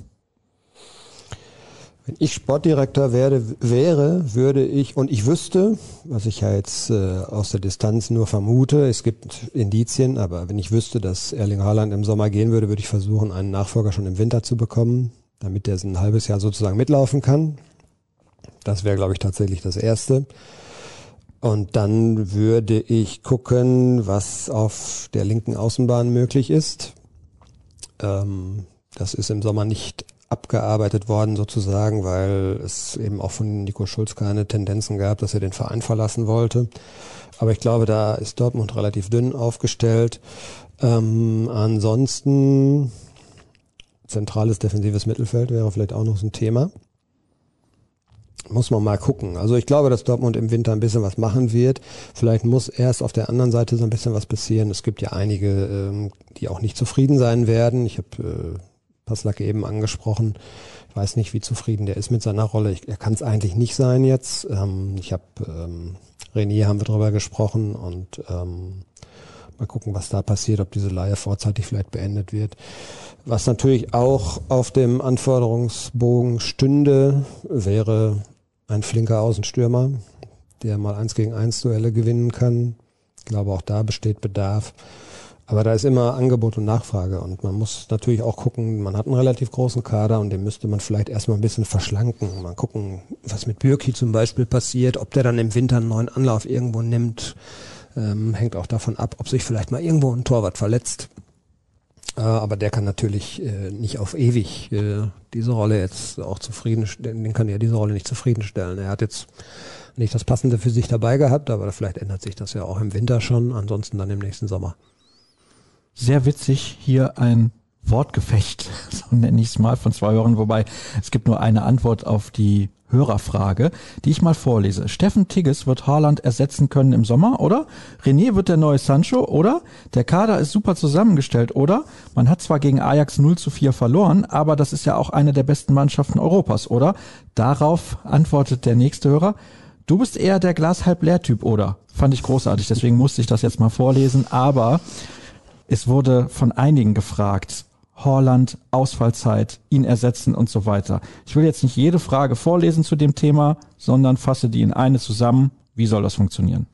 Speaker 3: Wenn ich Sportdirektor wäre, würde ich, und ich wüsste, was ich ja jetzt aus der Distanz nur vermute, es gibt Indizien, aber wenn ich wüsste, dass Erling Haaland im Sommer gehen würde, würde ich versuchen, einen Nachfolger schon im Winter zu bekommen, damit der ein halbes Jahr sozusagen mitlaufen kann. Das wäre, glaube ich, tatsächlich das Erste. Und dann würde ich gucken, was auf der linken Außenbahn möglich ist. Das ist im Sommer nicht abgearbeitet worden sozusagen, weil es eben auch von Nico Schulz keine Tendenzen gab, dass er den Verein verlassen wollte. Aber ich glaube, da ist Dortmund relativ dünn aufgestellt. Ansonsten zentrales defensives Mittelfeld wäre vielleicht auch noch so ein Thema. Muss man mal gucken. Also ich glaube, dass Dortmund im Winter ein bisschen was machen wird. Vielleicht muss erst auf der anderen Seite so ein bisschen was passieren. Es gibt ja einige, die auch nicht zufrieden sein werden. Ich habe Passlack eben angesprochen. Ich weiß nicht, wie zufrieden der ist mit seiner Rolle. Er kann es eigentlich nicht sein jetzt. René haben wir drüber gesprochen und mal gucken, was da passiert, ob diese Leihe vorzeitig vielleicht beendet wird. Was natürlich auch auf dem Anforderungsbogen stünde, wäre ein flinker Außenstürmer, der mal 1-gegen-1 Duelle gewinnen kann. Ich glaube, auch da besteht Bedarf. Aber da ist immer Angebot und Nachfrage und man muss natürlich auch gucken, man hat einen relativ großen Kader und den müsste man vielleicht erstmal ein bisschen verschlanken. Mal gucken, was mit Bürki zum Beispiel passiert, ob der dann im Winter einen neuen Anlauf irgendwo nimmt. Hängt auch davon ab, ob sich vielleicht mal irgendwo ein Torwart verletzt. Aber der kann natürlich nicht auf ewig diese Rolle jetzt auch zufriedenstellen, den kann ja diese Rolle nicht zufriedenstellen. Er hat jetzt nicht das Passende für sich dabei gehabt, aber vielleicht ändert sich das ja auch im Winter schon, ansonsten dann im nächsten Sommer.
Speaker 2: Sehr witzig, hier ein Wortgefecht, so nenne ich es mal, von 2 Hörern, wobei es gibt nur eine Antwort auf die Hörerfrage, die ich mal vorlese. Steffen Tigges wird Haaland ersetzen können im Sommer, oder? René wird der neue Sancho, oder? Der Kader ist super zusammengestellt, oder? Man hat zwar gegen Ajax 0-4 verloren, aber das ist ja auch eine der besten Mannschaften Europas, oder? Darauf antwortet der nächste Hörer, du bist eher der Glas-halb-leer-Typ, oder? Fand ich großartig, deswegen musste ich das jetzt mal vorlesen, aber es wurde von einigen gefragt, Haaland, Ausfallzeit, ihn ersetzen und so weiter. Ich will jetzt nicht jede Frage vorlesen zu dem Thema, sondern fasse die in eine zusammen. Wie soll das funktionieren?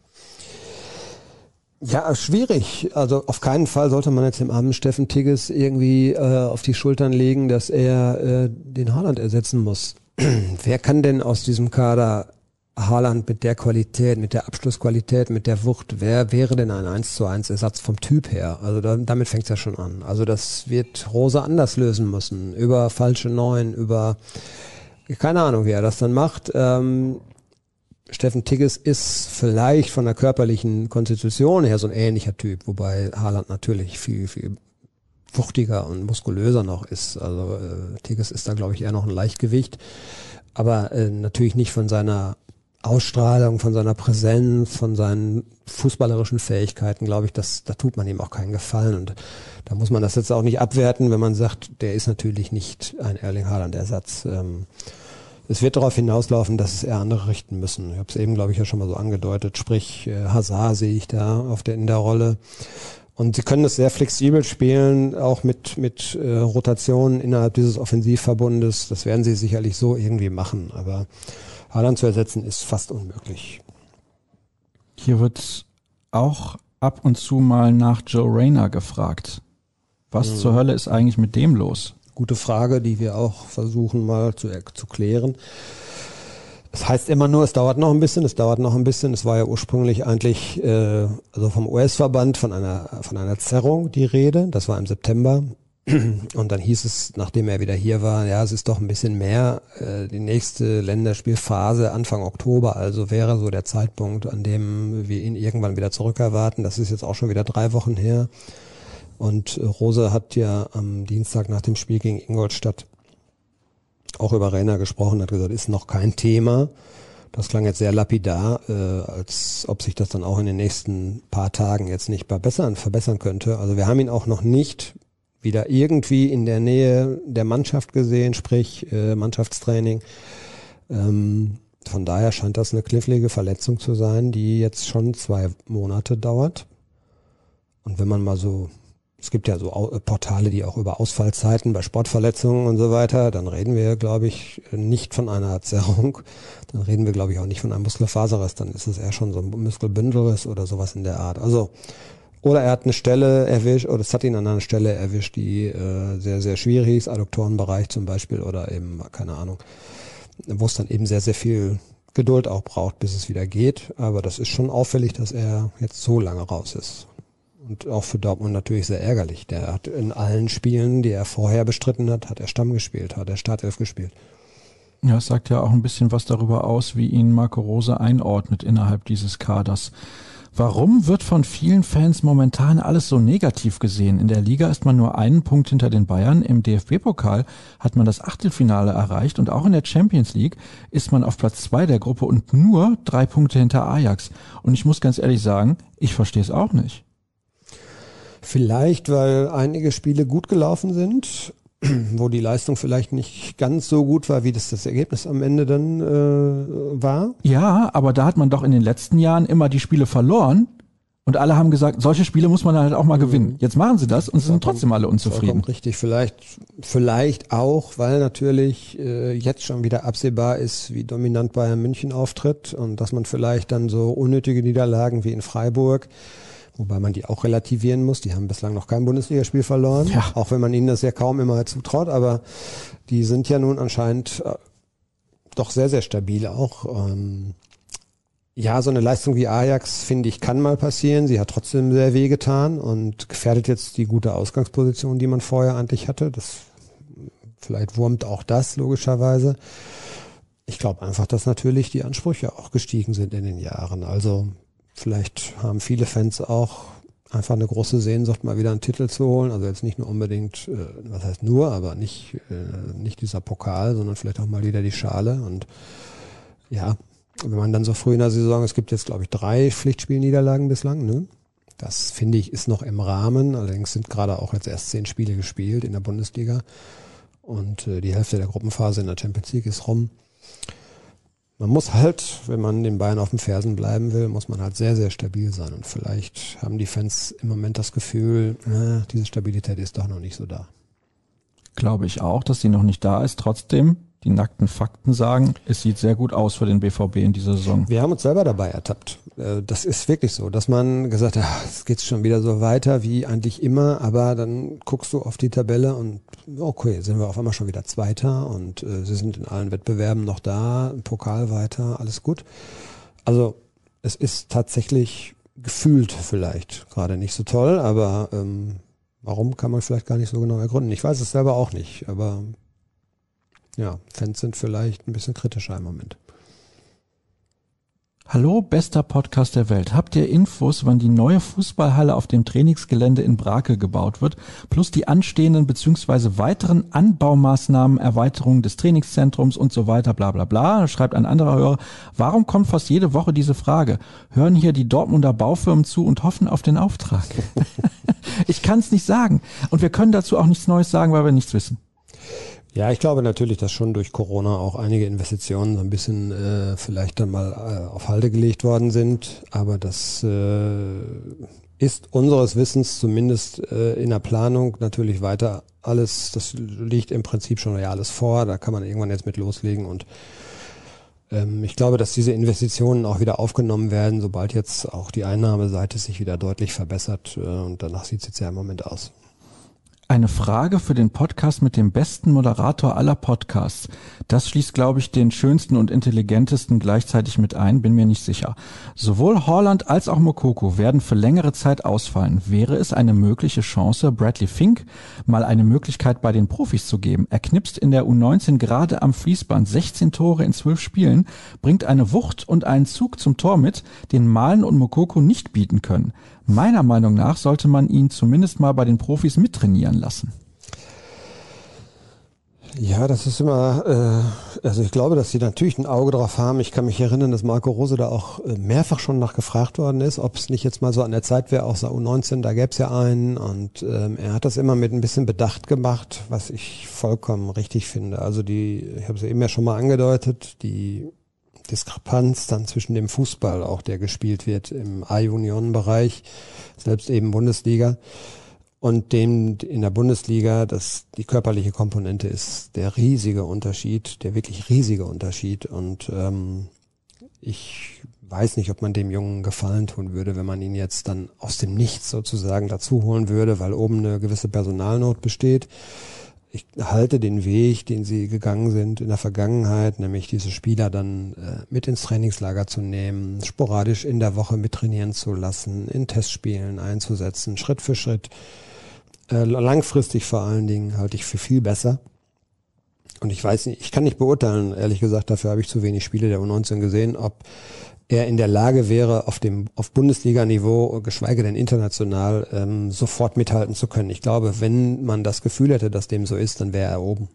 Speaker 3: Ja, schwierig. Also auf keinen Fall sollte man jetzt dem armen Steffen Tigges irgendwie auf die Schultern legen, dass er den Haaland ersetzen muss. wer kann denn aus diesem Kader Haaland mit der Qualität, mit der Abschlussqualität, mit der Wucht, wer wäre denn ein 1:1 Ersatz vom Typ her? Also damit fängt es ja schon an. Also das wird Rose anders lösen müssen, über falsche Neun, über keine Ahnung, wie er das dann macht. Steffen Tigges ist vielleicht von der körperlichen Konstitution her so ein ähnlicher Typ, wobei Haaland natürlich viel, viel wuchtiger und muskulöser noch ist. Also Tigges ist da, glaube ich, eher noch ein Leichtgewicht, aber natürlich nicht von seiner Ausstrahlung, von seiner Präsenz, von seinen fußballerischen Fähigkeiten, glaube ich, da tut man ihm auch keinen Gefallen. Und da muss man das jetzt auch nicht abwerten, wenn man sagt, der ist natürlich nicht ein Erling Haaland-Ersatz. Es wird darauf hinauslaufen, dass es eher andere richten müssen. Ich habe es eben, glaube ich, ja schon mal so angedeutet. Sprich, Hazard sehe ich da in der Rolle. Und sie können das sehr flexibel spielen, auch mit Rotationen innerhalb dieses Offensivverbundes. Das werden sie sicherlich so irgendwie machen. Aber Haaland zu ersetzen ist fast unmöglich.
Speaker 2: Hier wird auch ab und zu mal nach Joe Rayner gefragt. Was zur Hölle ist eigentlich mit dem los?
Speaker 3: Gute Frage, die wir auch versuchen mal zu klären. Es heißt immer nur, es dauert noch ein bisschen. Es war ja ursprünglich eigentlich also vom US-Verband von einer Zerrung die Rede. Das war im September. Und dann hieß es, nachdem er wieder hier war, ja, es ist doch ein bisschen mehr. Die nächste Länderspielphase Anfang Oktober, also wäre so der Zeitpunkt, an dem wir ihn irgendwann wieder zurückerwarten. Das ist jetzt auch schon wieder 3 Wochen her. Und Rose hat ja am Dienstag nach dem Spiel gegen Ingolstadt auch über Rayner gesprochen, hat gesagt, ist noch kein Thema. Das klang jetzt sehr lapidar, als ob sich das dann auch in den nächsten paar Tagen jetzt nicht verbessern könnte. Also wir haben ihn auch noch nicht wieder irgendwie in der Nähe der Mannschaft gesehen, sprich Mannschaftstraining. Von daher scheint das eine knifflige Verletzung zu sein, die jetzt schon 2 Monate dauert. Und wenn man mal so, es gibt ja so Portale, die auch über Ausfallzeiten bei Sportverletzungen und so weiter, dann reden wir, glaube ich, nicht von einer Zerrung. Dann reden wir, glaube ich, auch nicht von einem Muskelfaserriss. Dann ist es eher schon so ein Muskelbündelriss oder sowas in der Art. Also, oder er hat eine Stelle erwischt, oder es hat ihn an einer Stelle erwischt, die sehr, sehr schwierig ist, Adduktorenbereich zum Beispiel, oder eben, keine Ahnung, wo es dann eben sehr, sehr viel Geduld auch braucht, bis es wieder geht. Aber das ist schon auffällig, dass er jetzt so lange raus ist. Und auch für Dortmund natürlich sehr ärgerlich. Der hat in allen Spielen, die er vorher bestritten hat er Stamm gespielt, hat er Startelf gespielt.
Speaker 2: Ja, es sagt ja auch ein bisschen was darüber aus, wie ihn Marco Rose einordnet innerhalb dieses Kaders. Warum wird von vielen Fans momentan alles so negativ gesehen? In der Liga ist man nur 1 Punkt hinter den Bayern. Im DFB-Pokal hat man das Achtelfinale erreicht und auch in der Champions League ist man auf Platz 2 der Gruppe und nur 3 Punkte hinter Ajax. Und ich muss ganz ehrlich sagen, ich verstehe es auch nicht.
Speaker 3: Vielleicht, weil einige Spiele gut gelaufen sind, wo die Leistung vielleicht nicht ganz so gut war, wie das Ergebnis am Ende dann war.
Speaker 2: Ja, aber da hat man doch in den letzten Jahren immer die Spiele verloren und alle haben gesagt, solche Spiele muss man halt auch mal gewinnen. Jetzt machen sie das und sind trotzdem alle unzufrieden.
Speaker 3: Richtig, vielleicht auch, weil natürlich jetzt schon wieder absehbar ist, wie dominant Bayern München auftritt und dass man vielleicht dann so unnötige Niederlagen wie in Freiburg, wobei man die auch relativieren muss. Die haben bislang noch kein Bundesligaspiel verloren, ja. Auch wenn man ihnen das ja kaum immer zutraut. Aber die sind ja nun anscheinend doch sehr, sehr stabil auch. Ja, so eine Leistung wie Ajax, finde ich, kann mal passieren. Sie hat trotzdem sehr wehgetan und gefährdet jetzt die gute Ausgangsposition, die man vorher eigentlich hatte. Das vielleicht wurmt auch das logischerweise. Ich glaube einfach, dass natürlich die Ansprüche auch gestiegen sind in den Jahren. Also vielleicht haben viele Fans auch einfach eine große Sehnsucht, mal wieder einen Titel zu holen. Also jetzt nicht nur unbedingt, was heißt nur, aber nicht dieser Pokal, sondern vielleicht auch mal wieder die Schale. Und ja, wenn man dann so früh in der Saison, es gibt jetzt, glaube ich, 3 Pflichtspielniederlagen bislang, ne? Das, finde ich, ist noch im Rahmen. Allerdings sind gerade auch jetzt erst 10 Spiele gespielt in der Bundesliga. Und die Hälfte der Gruppenphase in der Champions League ist rum. Man muss halt, wenn man den Bayern auf den Fersen bleiben will, muss man halt sehr, sehr stabil sein. Und vielleicht haben die Fans im Moment das Gefühl, diese Stabilität ist doch noch nicht so da.
Speaker 2: Glaube ich auch, dass sie noch nicht da ist. Trotzdem, die nackten Fakten sagen, es sieht sehr gut aus für den BVB in dieser Saison.
Speaker 3: Wir haben uns selber dabei ertappt. das ist wirklich so, dass man gesagt hat, es geht schon wieder so weiter wie eigentlich immer, aber dann guckst du auf die Tabelle und okay, sind wir auf einmal schon wieder Zweiter und sie sind in allen Wettbewerben noch da, im Pokal weiter, alles gut. Also es ist tatsächlich gefühlt vielleicht gerade nicht so toll, aber warum kann man vielleicht gar nicht so genau ergründen. Ich weiß es selber auch nicht, aber ja, Fans sind vielleicht ein bisschen kritischer im Moment.
Speaker 2: Hallo, bester Podcast der Welt. Habt ihr Infos, wann die neue Fußballhalle auf dem Trainingsgelände in Brakel gebaut wird, plus die anstehenden bzw. weiteren Anbaumaßnahmen, Erweiterung des Trainingszentrums und so weiter, bla bla bla? Schreibt ein anderer Hörer, warum kommt fast jede Woche diese Frage? Hören hier die Dortmunder Baufirmen zu und hoffen auf den Auftrag? Ich kann es nicht sagen. Und wir können dazu auch nichts Neues sagen, weil wir nichts wissen.
Speaker 3: Ja, ich glaube natürlich, dass schon durch Corona auch einige Investitionen so ein bisschen vielleicht dann mal auf Halde gelegt worden sind. Aber das ist unseres Wissens zumindest in der Planung natürlich weiter alles, das liegt im Prinzip schon ja alles vor. Da kann man irgendwann jetzt mit loslegen und ich glaube, dass diese Investitionen auch wieder aufgenommen werden, sobald jetzt auch die Einnahmeseite sich wieder deutlich verbessert. Und danach sieht es jetzt ja im Moment aus.
Speaker 2: Eine Frage für den Podcast mit dem besten Moderator aller Podcasts. Das schließt, glaube ich, den schönsten und intelligentesten gleichzeitig mit ein, bin mir nicht sicher. Sowohl Haaland als auch Moukoko werden für längere Zeit ausfallen. Wäre es eine mögliche Chance, Bradley Fink mal eine Möglichkeit bei den Profis zu geben? Er knipst in der U19 gerade am Fließband 16 Tore in 12 Spielen, bringt eine Wucht und einen Zug zum Tor mit, den Malen und Moukoko nicht bieten können. Meiner Meinung nach sollte man ihn zumindest mal bei den Profis mittrainieren lassen.
Speaker 3: Ja, das ist immer, also ich glaube, dass sie natürlich ein Auge drauf haben. Ich kann mich erinnern, dass Marco Rose da auch mehrfach schon nachgefragt worden ist, ob es nicht jetzt mal so an der Zeit wäre, auch so U19, da gäbe es ja einen und er hat das immer mit ein bisschen Bedacht gemacht, was ich vollkommen richtig finde. Also ich habe es eben ja schon mal angedeutet, die Diskrepanz dann zwischen dem Fußball, auch der gespielt wird im A-Junioren-Bereich, selbst eben Bundesliga, und dem in der Bundesliga, die körperliche Komponente ist der riesige Unterschied, der wirklich riesige Unterschied. Und ich weiß nicht, ob man dem Jungen Gefallen tun würde, wenn man ihn jetzt dann aus dem Nichts sozusagen dazu holen würde, weil oben eine gewisse Personalnot besteht. Ich halte den Weg, den sie gegangen sind in der Vergangenheit, nämlich diese Spieler dann mit ins Trainingslager zu nehmen, sporadisch in der Woche mittrainieren zu lassen, in Testspielen einzusetzen, Schritt für Schritt, langfristig vor allen Dingen halte ich für viel besser. Und ich weiß nicht, ich kann nicht beurteilen, ehrlich gesagt, dafür habe ich zu wenig Spiele der U19 gesehen, ob er in der Lage wäre, auf Bundesliga-Niveau, geschweige denn international, sofort mithalten zu können. Ich glaube, wenn man das Gefühl hätte, dass dem so ist, dann wäre er oben.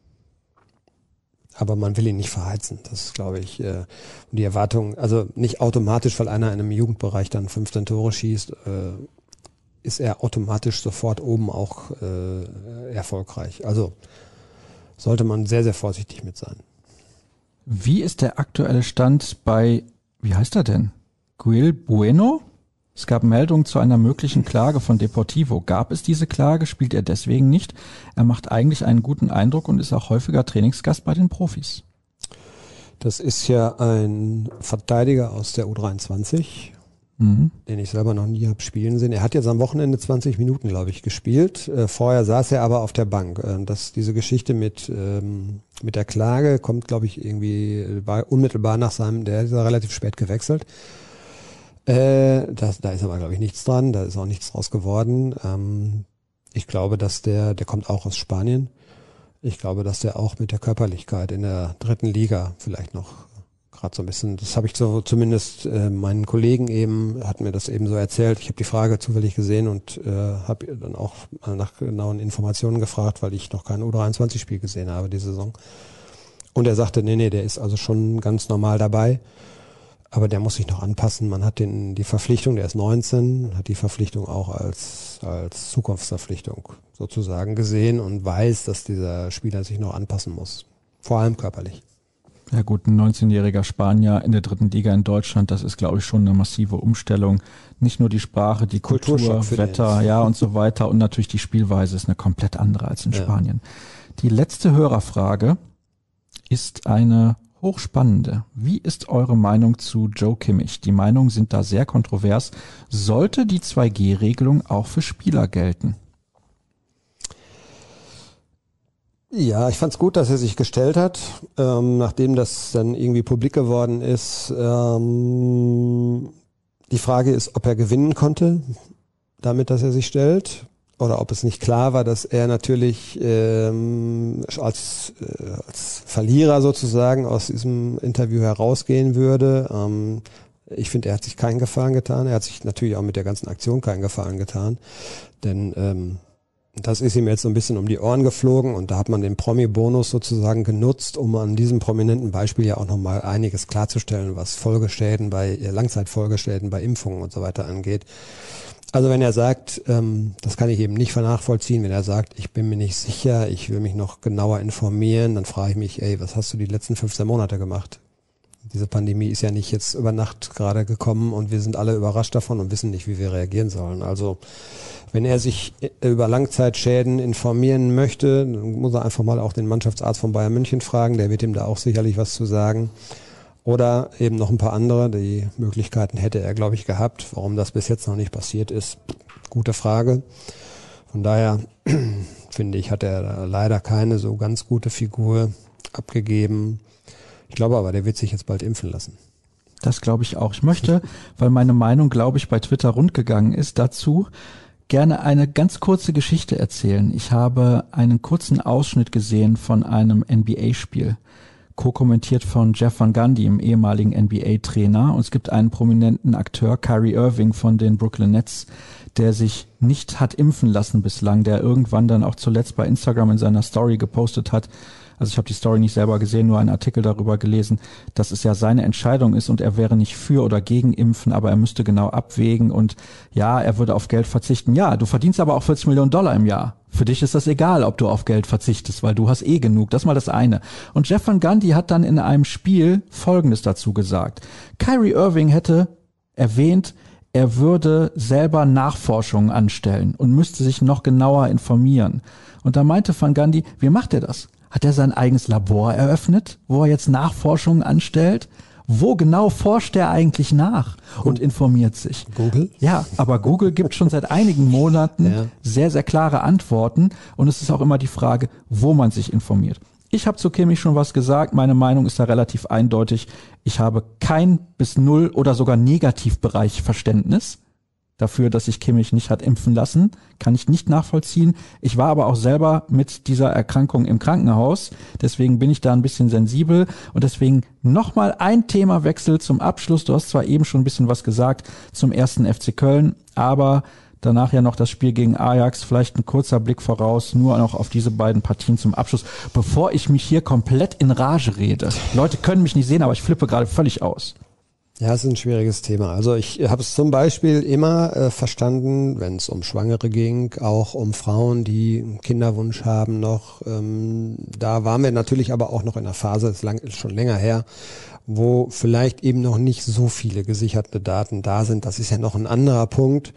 Speaker 3: Aber man will ihn nicht verheizen. Das ist, glaube ich, die Erwartung, also nicht automatisch, weil einer in einem Jugendbereich dann 15 Tore schießt, ist er automatisch sofort oben auch erfolgreich. Also sollte man sehr, sehr vorsichtig mit sein.
Speaker 2: Wie ist der aktuelle Stand bei, wie heißt er denn? Gil Bueno? Es gab Meldungen zu einer möglichen Klage von Deportivo. Gab es diese Klage? Spielt er deswegen nicht? Er macht eigentlich einen guten Eindruck und ist auch häufiger Trainingsgast bei den Profis.
Speaker 3: Das ist ja ein Verteidiger aus der U23, den ich selber noch nie habe spielen sehen. Er hat jetzt am Wochenende 20 Minuten, glaube ich, gespielt. Vorher saß er aber auf der Bank. Diese Geschichte mit der Klage kommt, glaube ich, irgendwie unmittelbar nach der ist ja relativ spät gewechselt. Da ist aber, glaube ich, nichts dran. Da ist auch nichts draus geworden. Ich glaube, dass der kommt auch aus Spanien. Ich glaube, dass der auch mit der Körperlichkeit in der 3. Liga vielleicht noch gerade so ein bisschen, das habe ich so zumindest meinen Kollegen eben, hat mir das eben so erzählt. Ich habe die Frage zufällig gesehen und habe dann auch nach genauen Informationen gefragt, weil ich noch kein U23-Spiel gesehen habe die Saison. Und er sagte, nee, der ist also schon ganz normal dabei, aber der muss sich noch anpassen. Man hat die Verpflichtung, der ist 19, hat die Verpflichtung auch als Zukunftsverpflichtung sozusagen gesehen und weiß, dass dieser Spieler sich noch anpassen muss. Vor allem körperlich.
Speaker 2: Ja gut, ein 19-jähriger Spanier in der 3. Liga in Deutschland, das ist, glaube ich, schon eine massive Umstellung. Nicht nur die Sprache, die Kultur, Wetter, ja und so weiter und natürlich die Spielweise ist eine komplett andere als in Spanien. Die letzte Hörerfrage ist eine Hochspannende. Wie ist eure Meinung zu Joe Kimmich? Die Meinungen sind da sehr kontrovers. Sollte die 2G-Regelung auch für Spieler gelten?
Speaker 3: Ja, ich fand's gut, dass er sich gestellt hat, nachdem das dann irgendwie publik geworden ist. Die Frage ist, ob er gewinnen konnte, damit, dass er sich stellt, oder ob es nicht klar war, dass er natürlich als Verlierer sozusagen aus diesem Interview herausgehen würde. Ich finde, er hat sich keinen Gefallen getan. Er hat sich natürlich auch mit der ganzen Aktion keinen Gefallen getan, denn das ist ihm jetzt so ein bisschen um die Ohren geflogen und da hat man den Promi-Bonus sozusagen genutzt, um an diesem prominenten Beispiel ja auch nochmal einiges klarzustellen, was Folgeschäden Langzeitfolgeschäden bei Impfungen und so weiter angeht. Also wenn er sagt, das kann ich eben nicht nachvollziehen, wenn er sagt, ich bin mir nicht sicher, ich will mich noch genauer informieren, dann frage ich mich, was hast du die letzten 15 Monate gemacht? Diese Pandemie ist ja nicht jetzt über Nacht gerade gekommen und wir sind alle überrascht davon und wissen nicht, wie wir reagieren sollen. Also wenn er sich über Langzeitschäden informieren möchte, dann muss er einfach mal auch den Mannschaftsarzt von Bayern München fragen, der wird ihm da auch sicherlich was zu sagen. Oder eben noch ein paar andere, die Möglichkeiten hätte er, glaube ich, gehabt. Warum das bis jetzt noch nicht passiert ist, gute Frage. Von daher finde ich, hat er da leider keine so ganz gute Figur abgegeben. Ich glaube aber, der wird sich jetzt bald impfen lassen.
Speaker 2: Das glaube ich auch. Ich möchte, weil meine Meinung, glaube ich, bei Twitter rundgegangen ist, dazu gerne eine ganz kurze Geschichte erzählen. Ich habe einen kurzen Ausschnitt gesehen von einem NBA-Spiel, co-kommentiert von Jeff Van Gundy, dem ehemaligen NBA-Trainer. Und es gibt einen prominenten Akteur, Kyrie Irving von den Brooklyn Nets, der sich nicht hat impfen lassen bislang, der irgendwann dann auch zuletzt bei Instagram in seiner Story gepostet hat. Also ich habe die Story nicht selber gesehen, nur einen Artikel darüber gelesen, dass es ja seine Entscheidung ist und er wäre nicht für oder gegen Impfen, aber er müsste genau abwägen und ja, er würde auf Geld verzichten. Ja, du verdienst aber auch 40 Millionen Dollar im Jahr. Für dich ist das egal, ob du auf Geld verzichtest, weil du hast genug. Das ist mal das eine. Und Jeff Van Gundy hat dann in einem Spiel Folgendes dazu gesagt. Kyrie Irving hätte erwähnt, er würde selber Nachforschungen anstellen und müsste sich noch genauer informieren. Und da meinte Van Gundy, wie macht er das? Hat er sein eigenes Labor eröffnet, wo er jetzt Nachforschungen anstellt? Wo genau forscht er eigentlich nach und informiert sich?
Speaker 3: Google?
Speaker 2: Ja, aber Google gibt schon seit einigen Monaten sehr, sehr klare Antworten und es ist auch immer die Frage, wo man sich informiert. Ich habe zu Kimmich schon was gesagt, meine Meinung ist da relativ eindeutig. Ich habe kein bis null oder sogar Negativbereich Verständnis dafür, dass sich Kimmich nicht hat impfen lassen, kann ich nicht nachvollziehen. Ich war aber auch selber mit dieser Erkrankung im Krankenhaus, deswegen bin ich da ein bisschen sensibel und deswegen nochmal ein Themawechsel zum Abschluss. Du hast zwar eben schon ein bisschen was gesagt zum 1. FC Köln, aber danach ja noch das Spiel gegen Ajax, vielleicht ein kurzer Blick voraus, nur noch auf diese beiden Partien zum Abschluss, bevor ich mich hier komplett in Rage rede. Leute können mich nicht sehen, aber ich flippe gerade völlig aus.
Speaker 3: Ja, es ist ein schwieriges Thema. Also ich habe es zum Beispiel immer verstanden, wenn es um Schwangere ging, auch um Frauen, die einen Kinderwunsch haben noch. Da waren wir natürlich aber auch noch in einer Phase, ist schon länger her, wo vielleicht eben noch nicht so viele gesicherte Daten da sind. Das ist ja noch ein anderer Punkt.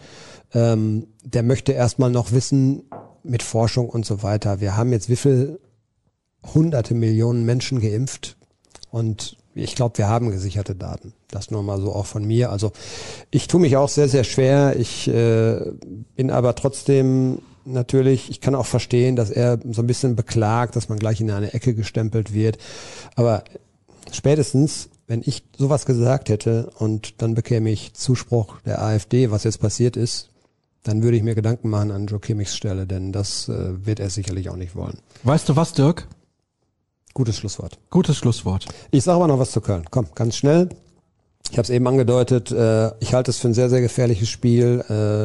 Speaker 3: Der möchte erstmal noch wissen mit Forschung und so weiter. Wir haben jetzt wie viel hunderte Millionen Menschen geimpft und ich glaube, wir haben gesicherte Daten. Das nur mal so auch von mir. Also ich tue mich auch sehr, sehr schwer. Ich bin aber trotzdem natürlich, ich kann auch verstehen, dass er so ein bisschen beklagt, dass man gleich in eine Ecke gestempelt wird. Aber spätestens, wenn ich sowas gesagt hätte und dann bekäme ich Zuspruch der AfD, was jetzt passiert ist, dann würde ich mir Gedanken machen an Joe Kimmichs Stelle, denn das wird er sicherlich auch nicht wollen.
Speaker 2: Weißt du was, Dirk?
Speaker 3: Gutes Schlusswort.
Speaker 2: Gutes Schlusswort.
Speaker 3: Ich sage aber noch was zu Köln. Komm, ganz schnell. Ich habe es eben angedeutet. Ich halte es für ein sehr, sehr gefährliches Spiel.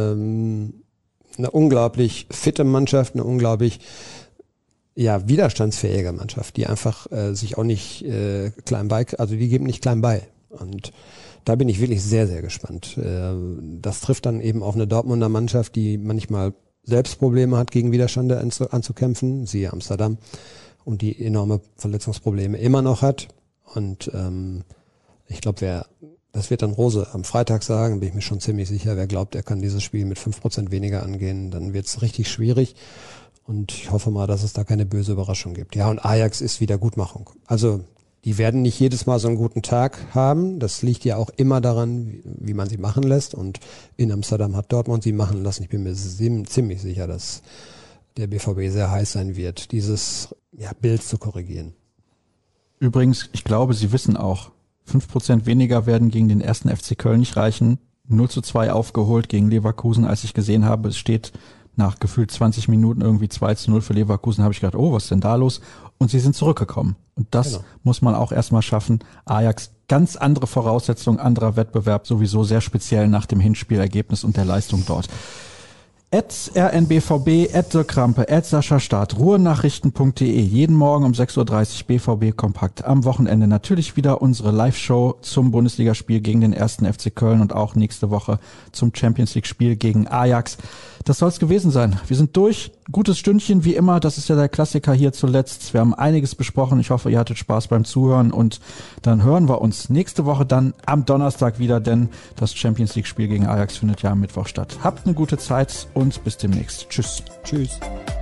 Speaker 3: Eine unglaublich fitte Mannschaft, eine unglaublich widerstandsfähige Mannschaft, die einfach sich auch nicht klein bei, also die geben nicht klein bei. Und da bin ich wirklich sehr, sehr gespannt. Das trifft dann eben auf eine Dortmunder Mannschaft, die manchmal selbst Probleme hat, gegen Widerstände anzukämpfen, siehe Amsterdam, und die enorme Verletzungsprobleme immer noch hat. Und ich glaube, das wird dann Rose am Freitag sagen, bin ich mir schon ziemlich sicher, wer glaubt, er kann dieses Spiel mit 5% weniger angehen, dann wird es richtig schwierig. Und ich hoffe mal, dass es da keine böse Überraschung gibt. Ja, und Ajax ist Wiedergutmachung. Also Die werden nicht jedes Mal so einen guten Tag haben. Das liegt ja auch immer daran, wie man sie machen lässt. Und in Amsterdam hat Dortmund sie machen lassen. Ich bin mir ziemlich sicher, dass der BVB sehr heiß sein wird, dieses Bild zu korrigieren.
Speaker 2: Übrigens, ich glaube, Sie wissen auch, 5% weniger werden gegen den 1. FC Köln nicht reichen. 0:2 aufgeholt gegen Leverkusen, als ich gesehen habe, es steht nach gefühlt 20 Minuten irgendwie 2:0 für Leverkusen, habe ich gedacht, oh, was ist denn da los? Und sie sind zurückgekommen. Und das muss man auch erstmal schaffen. Ajax, ganz andere Voraussetzungen, anderer Wettbewerb, sowieso sehr speziell nach dem Hinspielergebnis und der Leistung dort. @rnbvb, @dirkrampe, @Sascha Staat, ruhrnachrichten.de. Jeden Morgen um 6:30 Uhr BVB Kompakt. Am Wochenende natürlich wieder unsere Live-Show zum Bundesligaspiel gegen den 1. FC Köln und auch nächste Woche zum Champions-League-Spiel gegen Ajax. Das soll's gewesen sein. Wir sind durch. Gutes Stündchen wie immer. Das ist ja der Klassiker hier zuletzt. Wir haben einiges besprochen. Ich hoffe, ihr hattet Spaß beim Zuhören und dann hören wir uns nächste Woche dann am Donnerstag wieder, denn das Champions-League-Spiel gegen Ajax findet ja am Mittwoch statt. Habt eine gute Zeit und bis demnächst. Tschüss.
Speaker 3: Tschüss.